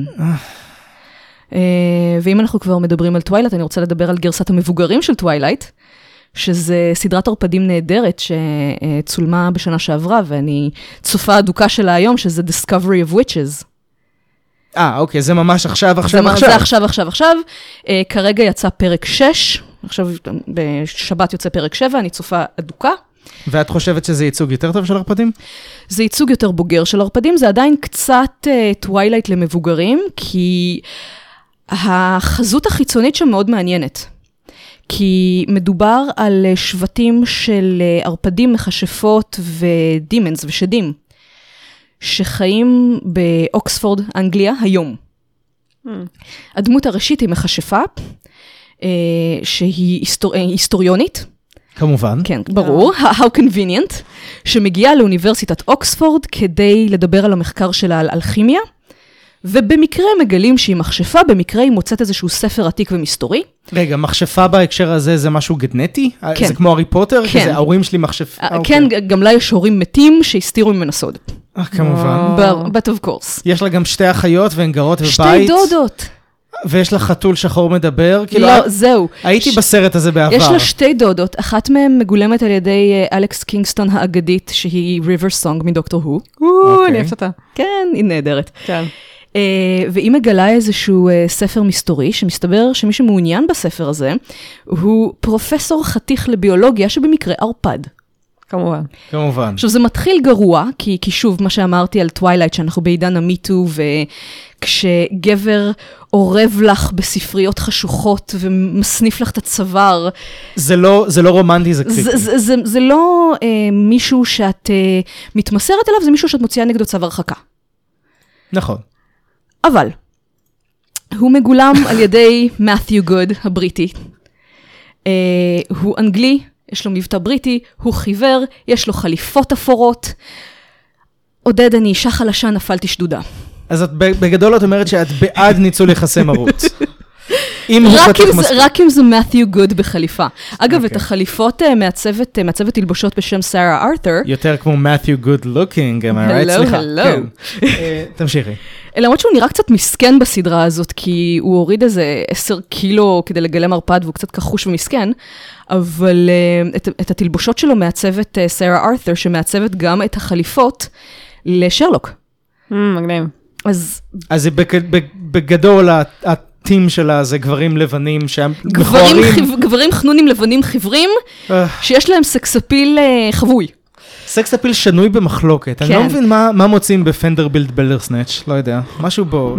ואם אנחנו כבר מדברים על טווילייט, אני רוצה לדבר על גרסת המבוגרים של טווילייט, שזה סדרת ערפדים נהדרת שצולמה בשנה שעברה, ואני צופה אדוקה שלה היום, שזה Discovery of Witches. אה, אוקיי, זה ממש עכשיו, עכשיו, זה, עכשיו. זה עכשיו, עכשיו, עכשיו. Uh, כרגע יצא פרק שש, עכשיו בשבת יוצא פרק שבע, אני צופה אדוקה. ואת חושבת שזה ייצוג יותר טוב של ערפדים? זה ייצוג יותר בוגר של ערפדים, זה עדיין קצת טווילייט uh, למבוגרים, כי החזות החיצונית שם מאוד מעניינת. כי מדובר על שבטים של ערפדים, מכשפות ודימנס ושדים, שחיים באוקספורד, אנגליה, היום. Mm. הדמות הראשית היא מכשפה, שהיא היסטור... היסטוריונית. כמובן. כן, ברור, how convenient, שמגיעה לאוניברסיטת אוקספורד כדי לדבר על המחקר שלה על אלכימיה, ובמקרה מגלים שהיא מכשפה, במקרה היא מוצאת איזשהו ספר עתיק ומסתורי. רגע, מכשפה בהקשר הזה זה משהו גנטי? כן. זה כמו הארי פוטר? כן. כזה, ההורים שלי מכשפה? כן, גם לה יש הורים מתים שהסתירו ממנה סוד. אה, כמובן. But of course. יש לה גם שתי אחיות והן גרות בבית. שתי דודות. ויש לה חתול שחור מדבר? לא, זהו. הייתי בסרט הזה בעבר. יש לה שתי דודות, אחת מהן מגולמת על ידי אלכס קינגסטון האגדית, שהיא ריבר סונג מדוקטור הו. אני אוהבת אותה. כן, היא נהדרת. כן. Uh, והיא מגלה איזשהו uh, ספר מסתורי, שמסתבר שמי שמעוניין בספר הזה, הוא פרופסור חתיך לביולוגיה, שבמקרה ערפד. כמובן. כמובן. עכשיו, זה מתחיל גרוע, כי, כי שוב, מה שאמרתי על טווילייט, שאנחנו בעידן המיטו, וכשגבר עורב לך בספריות חשוכות, ומסניף לך את הצוואר. זה לא, זה לא רומנטי, זה קריטי. זה, זה, זה, זה לא uh, מישהו שאת uh, מתמסרת אליו, זה מישהו שאת מוציאה נגדו צו הרחקה. נכון. אבל, הוא מגולם על ידי מת'יו גוד הבריטי. Uh, הוא אנגלי, יש לו מבטא בריטי, הוא חיוור, יש לו חליפות אפורות. עודד, אני אישה חלשה, נפלתי שדודה. אז את בגדול את אומרת שאת בעד ניצול יחסי מרות. רק אם, זה, רק אם זה מת'יו גוד בחליפה. אגב, okay. את החליפות מעצבת, מעצבת תלבושות בשם סארה ארת'ר. יותר כמו מת'יו גוד לוקינג, am I right? סליחה. הלו, הלו. תמשיכי. למרות שהוא נראה קצת מסכן בסדרה הזאת, כי הוא הוריד איזה עשר קילו כדי לגלם ערפד, והוא קצת כחוש ומסכן, אבל את, את התלבושות שלו מעצבת סארה ארת'ר, שמעצבת גם את החליפות לשרלוק. מגניב. אז... אז בגדול, הטים שלה זה גברים לבנים שהם גברים, חיו, גברים חנונים לבנים חיוורים, שיש להם סקסאפיל חבוי. סקסאפיל שנוי במחלוקת. אני לא מבין מה מוצאים בפנדרבילט בלדרסנאץ', לא יודע. משהו בו.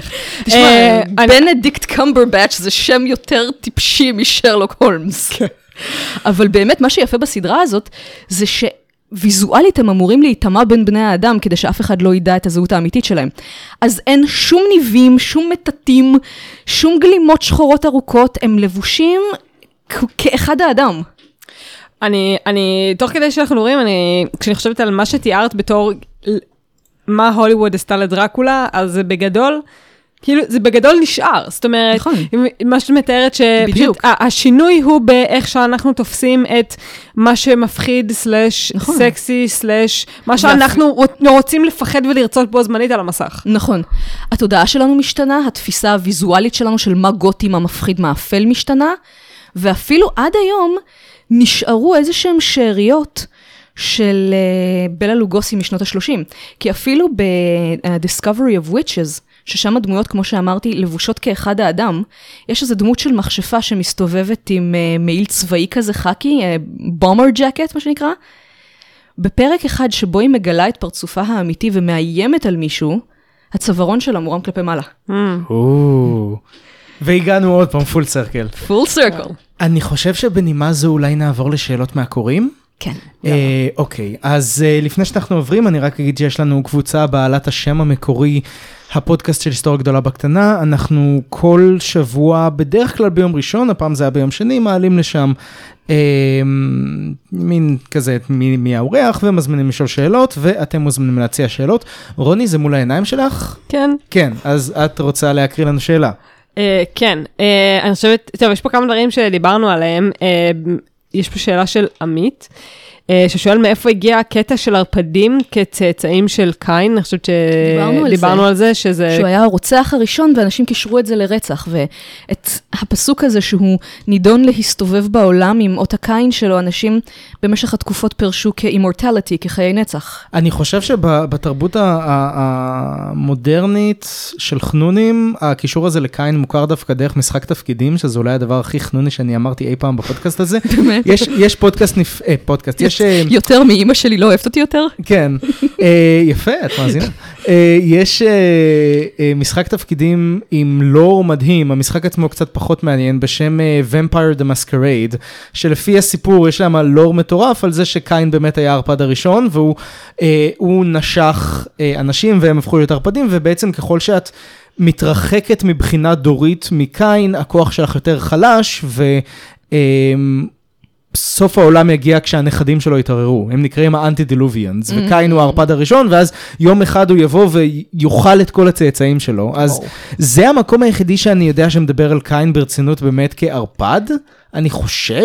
תשמע, בנדיקט קמברבץ' זה שם יותר טיפשי משרלוק הולמס. אבל באמת, מה שיפה בסדרה הזאת, זה שוויזואלית הם אמורים להיטמע בין בני האדם, כדי שאף אחד לא ידע את הזהות האמיתית שלהם. אז אין שום ניבים, שום מטטים, שום גלימות שחורות ארוכות, הם לבושים כ- כאחד האדם. אני, אני, תוך כדי שאנחנו רואים, אני, כשאני חושבת על מה שתיארת בתור, מה הוליווד עשתה לדרקולה, אז זה בגדול, כאילו, זה בגדול נשאר. זאת אומרת, נכון. מה שאת מתארת בדיוק. שפשוט, השינוי הוא באיך שאנחנו תופסים את מה שמפחיד, סלש, נכון. סקסי, סלש, מה שאנחנו רוצים לפחד ולרצות בו זמנית על המסך. נכון. התודעה שלנו משתנה, התפיסה הוויזואלית שלנו של מה גותי, מה מפחיד, מה אפל משתנה, ואפילו עד היום נשארו איזה שהם שאריות של uh, בלה לוגוסי משנות ה-שלושים. כי אפילו ב-Discovery of Witches, ששם הדמויות, כמו שאמרתי, לבושות כאחד האדם, יש איזו דמות של מכשפה שמסתובבת עם uh, מעיל צבאי כזה חקי, בומר uh, ג'קט, מה שנקרא. בפרק אחד שבו היא מגלה את פרצופה האמיתי ומאיימת על מישהו, הצווארון שלה מורם כלפי מעלה. והגענו עוד פעם פול סרקל. פול סרקל. אני חושב שבנימה זו אולי נעבור לשאלות מהקוראים. כן. אה, אוקיי, אז אה, לפני שאנחנו עוברים, אני רק אגיד שיש לנו קבוצה בעלת השם המקורי, הפודקאסט של היסטוריה גדולה בקטנה. אנחנו כל שבוע, בדרך כלל ביום ראשון, הפעם זה היה ביום שני, מעלים לשם אה, מין כזה מי, מי האורח, ומזמינים לשאול שאלות, ואתם מוזמנים להציע שאלות. רוני, זה מול העיניים שלך? כן. כן, אז את רוצה להקריא לנו שאלה. Uh, כן, uh, אני חושבת, טוב, יש פה כמה דברים שדיברנו עליהם. Uh, יש פה שאלה של עמית, uh, ששואל מאיפה הגיע הקטע של ערפדים כצאצאים של קין. אני חושבת שדיברנו על זה, שזה... שהוא היה הרוצח הראשון, ואנשים קישרו את זה לרצח, ואת הפסוק הזה שהוא נידון להסתובב בעולם עם אות הקין שלו, אנשים במשך התקופות פרשו כאימורטליטי, כחיי נצח. אני חושב שבתרבות המודרנית של חנונים, הקישור הזה לקין מוכר דווקא דרך משחק תפקידים, שזה אולי הדבר הכי חנוני שאני אמרתי אי פעם בפודקאסט הזה. באמת? יש, יש פודקאסט, נפ... אה, פודקאסט, יש... יותר מאמא שלי לא אוהבת אותי יותר? כן, אה, יפה, את מאזינה. אה, יש אה, אה, משחק תפקידים עם לור מדהים, המשחק עצמו קצת פחות מעניין, בשם אה, Vampire the Masquerade, שלפי הסיפור יש להם לור מטורף על זה שקין באמת היה הערפד הראשון, והוא אה, הוא נשך אה, אנשים והם הפכו להיות ערפדים, ובעצם ככל שאת מתרחקת מבחינה דורית מקין, הכוח שלך יותר חלש, ו... אה, סוף העולם יגיע כשהנכדים שלו יתערערו, הם נקראים האנטי-דילוביאנס, וקין הוא הערפד הראשון, ואז יום אחד הוא יבוא ויוכל את כל הצאצאים שלו, אז זה המקום היחידי שאני יודע שמדבר על קין ברצינות באמת כערפד, אני חושב,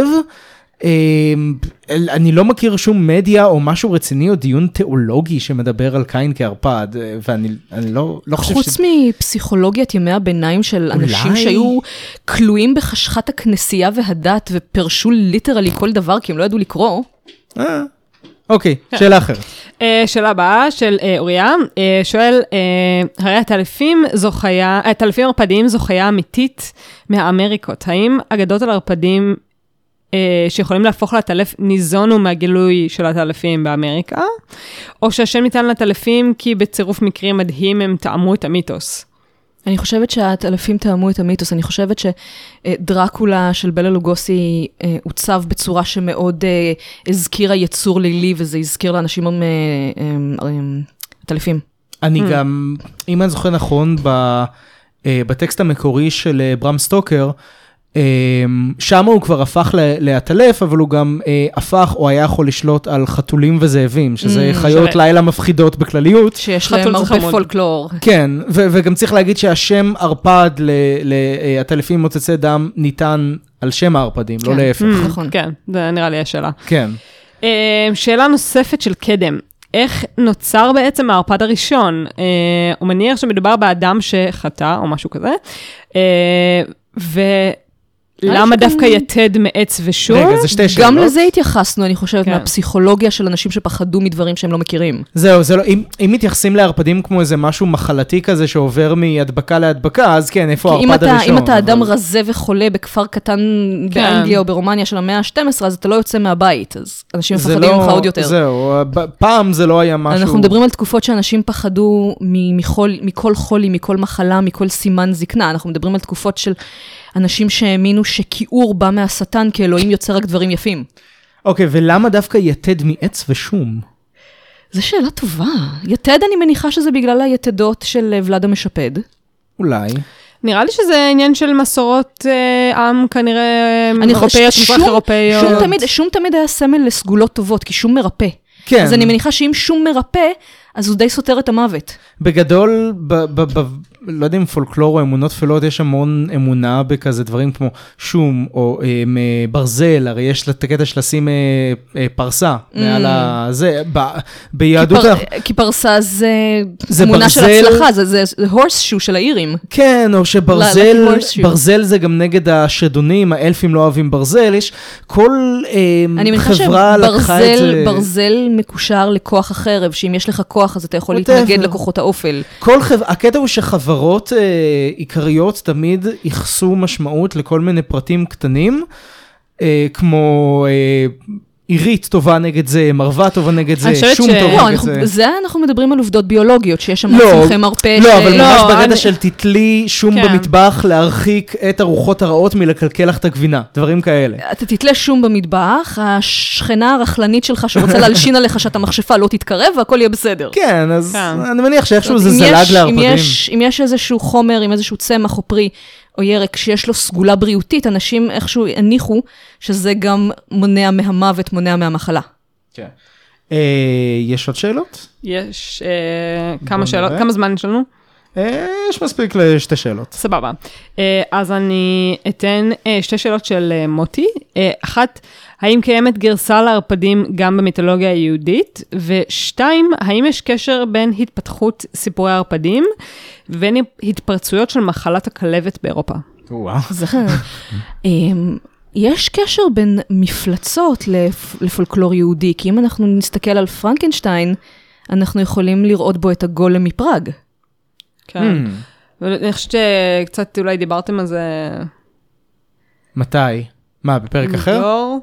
אני לא מכיר שום מדיה או משהו רציני או דיון תיאולוגי שמדבר על קין כערפד, ואני לא חושב ש... חוץ מפסיכולוגיית ימי הביניים של אנשים שהיו כלואים בחשכת הכנסייה והדת, ופרשו ליטרלי כל דבר, כי הם לא ידעו לקרוא. אה, אוקיי, שאלה אחרת. שאלה הבאה של אוריה, שואל, הרי הטלפים זו חיה, הטלפים ערפדיים זו חיה אמיתית מהאמריקות. האם אגדות על ערפדים שיכולים להפוך לטלף ניזונו מהגילוי של הטלפים באמריקה, או שהשם ניתן לטלפים כי בצירוף מקרים מדהים הם טעמו את המיתוס? אני חושבת שהטלפים טעמו את המיתוס, אני חושבת שדרקולה של בלה לוגוסי עוצב בצורה שמאוד הזכירה יצור לילי, וזה הזכיר לאנשים הטלפים. אני גם, אם אני זוכר נכון, בטקסט המקורי של ברם סטוקר, שם הוא כבר הפך להטלף, אבל הוא גם הפך או היה יכול לשלוט על חתולים וזאבים, שזה חיות לילה מפחידות בכלליות. שיש להם הרבה פולקלור. כן, וגם צריך להגיד שהשם ערפד להטלפים מוצצי דם ניתן על שם הערפדים, לא להפך. נכון. כן, זה נראה לי השאלה. כן. שאלה נוספת של קדם. איך נוצר בעצם הערפד הראשון? הוא מניח שמדובר באדם שחטא או משהו כזה, ו... למה דווקא יתד מעץ ושור? רגע, זה שתי שאלות. גם לזה התייחסנו, אני חושבת, מהפסיכולוגיה של אנשים שפחדו מדברים שהם לא מכירים. זהו, זה לא, אם, אם מתייחסים לערפדים כמו איזה משהו מחלתי כזה שעובר מהדבקה להדבקה, אז כן, איפה הערפד הראשון? אם אתה אדם רזה וחולה בכפר קטן באנגליה או ברומניה של המאה ה-שתים עשרה, אז אתה לא יוצא מהבית, אז אנשים מפחדים ממך עוד יותר. זהו, פעם זה לא היה משהו... אנחנו מדברים על תקופות שאנשים פחדו מכל חולי, מכל מחלה, מכל סימן זקנה. אנחנו מדברים על תקופות של... אנשים שהאמינו שכיעור בא מהשטן, כי אלוהים יוצר רק דברים יפים. אוקיי, ולמה דווקא יתד מעץ ושום? זו שאלה טובה. יתד אני מניחה שזה בגלל היתדות של ולד המשפד. אולי. נראה לי שזה עניין של מסורות אה, עם כנראה אירופאיות, מזרח אירופאיות. שום תמיד, שום תמיד היה סמל לסגולות טובות, כי שום מרפא. כן. אז אני מניחה שאם שום מרפא, אז הוא די סותר את המוות. בגדול, ב, ב, ב, לא יודע אם פולקלור או אמונות תפלות, יש המון אמונה בכזה דברים כמו שום או אה, ברזל, הרי יש את הקטע של לשים אה, אה, פרסה mm. מעל הזה, ב, ביהדות... כי, פר, כי פרסה זה, זה אמונה ברזל, של הצלחה, זה, זה, זה הורס שו של האירים. כן, או שברזל, ברזל זה גם נגד השדונים, האלפים לא אוהבים ברזל, יש כל אה, חברה לקחה את זה... ברזל מקושר לכוח החרב, שאם יש לך כוח, אז אתה יכול להתנגד לכוחות האופל. כל חבר... הקטע הוא שחברות אה, עיקריות תמיד יחסו משמעות לכל מיני פרטים קטנים, אה, כמו אה, עירית טובה נגד זה, מרווה טובה נגד זה, שום ש... טובה לא, נגד אנחנו, זה. זה אנחנו מדברים על עובדות ביולוגיות, שיש שם לא, צמחי מרפא. לא, ש... אבל לא, ממש ברגע אני... של תתלי שום כן. במטבח, להרחיק את הרוחות הרעות מלקלקל לך את הגבינה, דברים כאלה. אתה תתלה שום במטבח, השכנה הרחלנית שלך שרוצה להלשין עליך שאתה מכשפה לא תתקרב, והכל יהיה בסדר. כן, אז כן. אני מניח שאיכשהו זה אם זלג יש, להרפדים. אם יש, אם יש איזשהו חומר, עם איזשהו צמח או פרי, או ירק שיש לו סגולה בריאותית, אנשים איכשהו הניחו שזה גם מונע מהמוות, מונע מהמחלה. כן. אה, יש עוד שאלות? יש אה, כמה שאלות, נראה. כמה זמן יש לנו? אה, יש מספיק לשתי שאלות. סבבה. אה, אז אני אתן אה, שתי שאלות של אה, מוטי. אה, אחת, האם קיימת גרסה לערפדים גם במיתולוגיה היהודית? ושתיים, האם יש קשר בין התפתחות סיפורי הערפדים ובין התפרצויות של מחלת הכלבת באירופה? וואו. זה... אמ, יש קשר בין מפלצות לפ... לפולקלור יהודי, כי אם אנחנו נסתכל על פרנקנשטיין, אנחנו יכולים לראות בו את הגולם מפראג. כן. ואני חושבת שקצת אולי דיברתם על זה... מתי? מה, בפרק אחר? לא.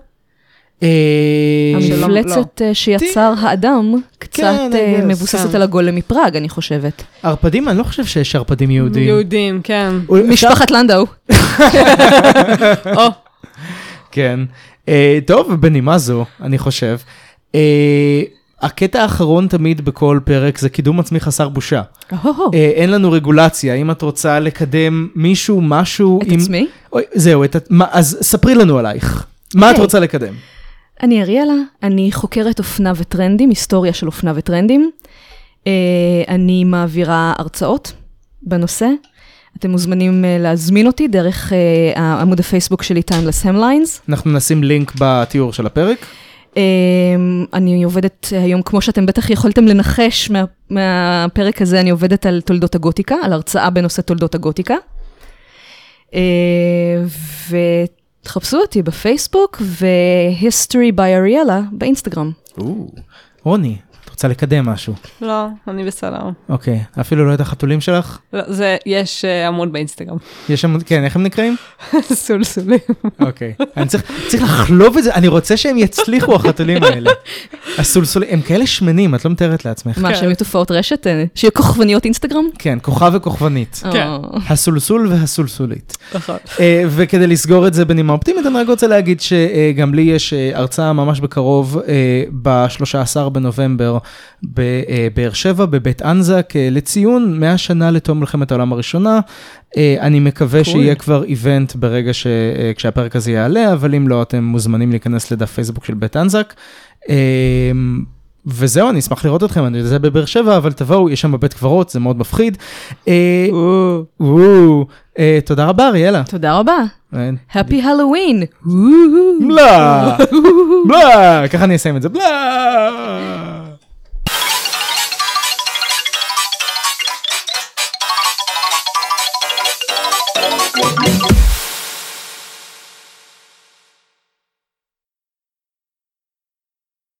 המפלצת שיצר האדם קצת מבוססת על הגולם מפראג, אני חושבת. ערפדים, אני לא חושב שיש ערפדים יהודים. יהודים, כן. משפחת לנדאו. או. כן. טוב, בנימה זו, אני חושב. הקטע האחרון תמיד בכל פרק זה קידום עצמי חסר בושה. אין לנו רגולציה, אם את רוצה לקדם מישהו, משהו... את עצמי? זהו, אז ספרי לנו עלייך. מה את רוצה לקדם? אני אריאלה, אני חוקרת אופנה וטרנדים, היסטוריה של אופנה וטרנדים. אני מעבירה הרצאות בנושא. אתם מוזמנים להזמין אותי דרך עמוד הפייסבוק שלי, Timeless Hemlines. אנחנו נשים לינק בתיאור של הפרק. אני עובדת היום, כמו שאתם בטח יכולתם לנחש מה, מהפרק הזה, אני עובדת על תולדות הגותיקה, על הרצאה בנושא תולדות הגותיקה. ותחפשו אותי בפייסבוק, ו-History by Ariella באינסטגרם. רוני, את רוצה לקדם משהו? לא, אני בסדר. אוקיי, אפילו לא את החתולים שלך? לא, זה, יש עמוד באינסטגרם. יש עמוד, כן, איך הם נקראים? סולסולים. אוקיי, אני צריך, צריך לחלוב את זה, אני רוצה שהם יצליחו החתולים האלה. הסולסולים, הם כאלה שמנים, את לא מתארת לעצמך. מה, שהם תופעות רשת? שיהיו כוכבניות אינסטגרם? כן, כוכב וכוכבנית. כן. הסולסול והסולסולית. נכון. וכדי לסגור את זה בנימה אופטימית, אני רק רוצה להגיד שגם לי יש הרצאה ממש בקרוב, ב-שלושה עשר בנובמבר, בבאר שבע, בבית אנזק, לציון מאה שנה לתום מלחמת העולם הראשונה. אני מקווה שיהיה כבר איבנט ברגע כשהפרק הזה יעלה, אבל אם לא, אתם מוזמנים להיכנס לדף פייסבוק של בית אנזק. וזהו, אני אשמח לראות אתכם, אני יודע בבאר שבע, אבל תבואו, יש שם בבית קברות, זה מאוד מפחיד. תודה רבה, אריאלה. תודה רבה. Happy Halloween. בלה, בלה, ככה אני אסיים את זה, בלה.